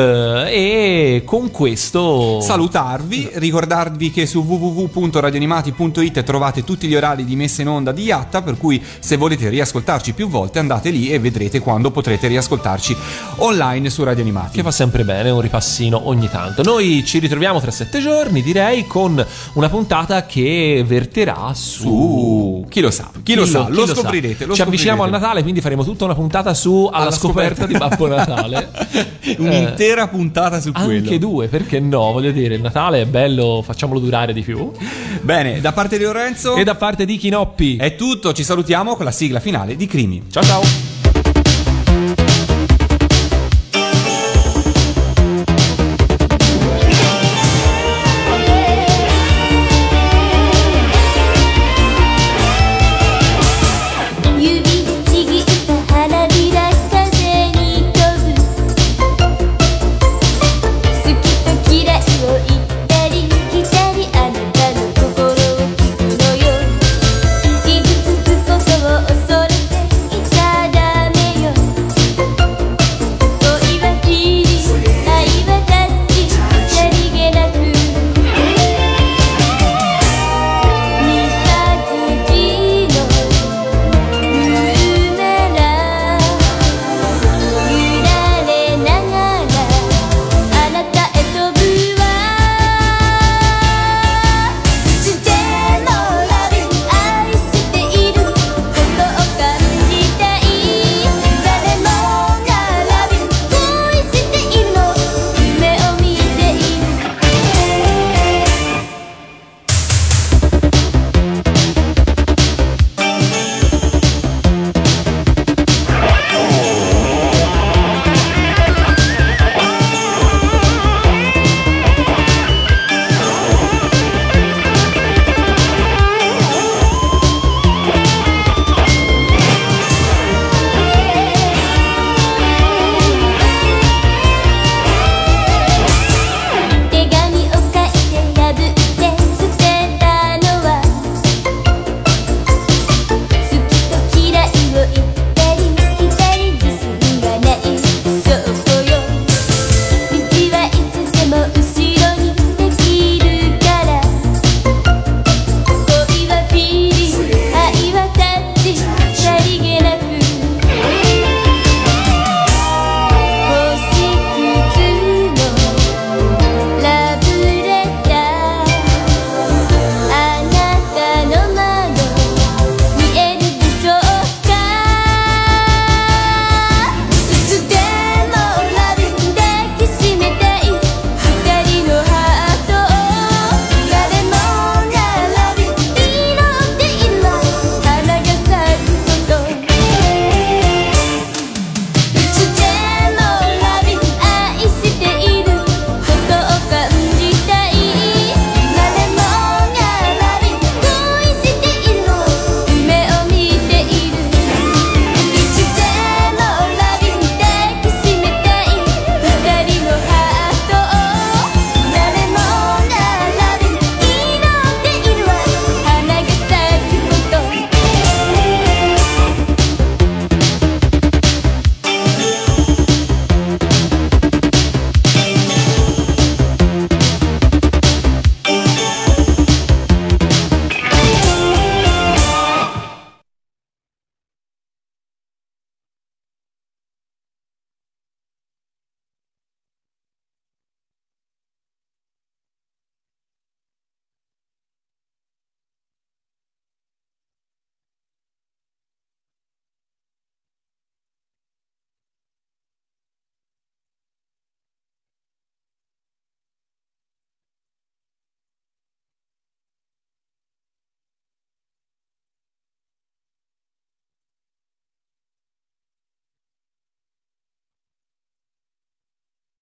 e con questo salutarvi, ricordarvi che su www.radioanimati.it trovate tutti gli orari di messa in onda di Yatta, per cui se volete riascoltarci più volte andate lì e vedrete quando potrete riascoltarci online su Radio Animati, che fa sempre bene un ripassino ogni tanto. Noi ci ritroviamo tra 7 giorni, direi, con una puntata che verterà su chi lo sa, lo scoprirete. Ci avviciniamo al Natale, quindi faremo tutta una puntata su alla scoperta di Babbo Natale. Un'intera puntata su quello. Anche 2, perché no? Voglio dire, il Natale è bello, facciamolo durare di più. Bene, da parte di Lorenzo e da parte di Chinoppi è tutto, ci salutiamo con la sigla finale di Crimi. Ciao.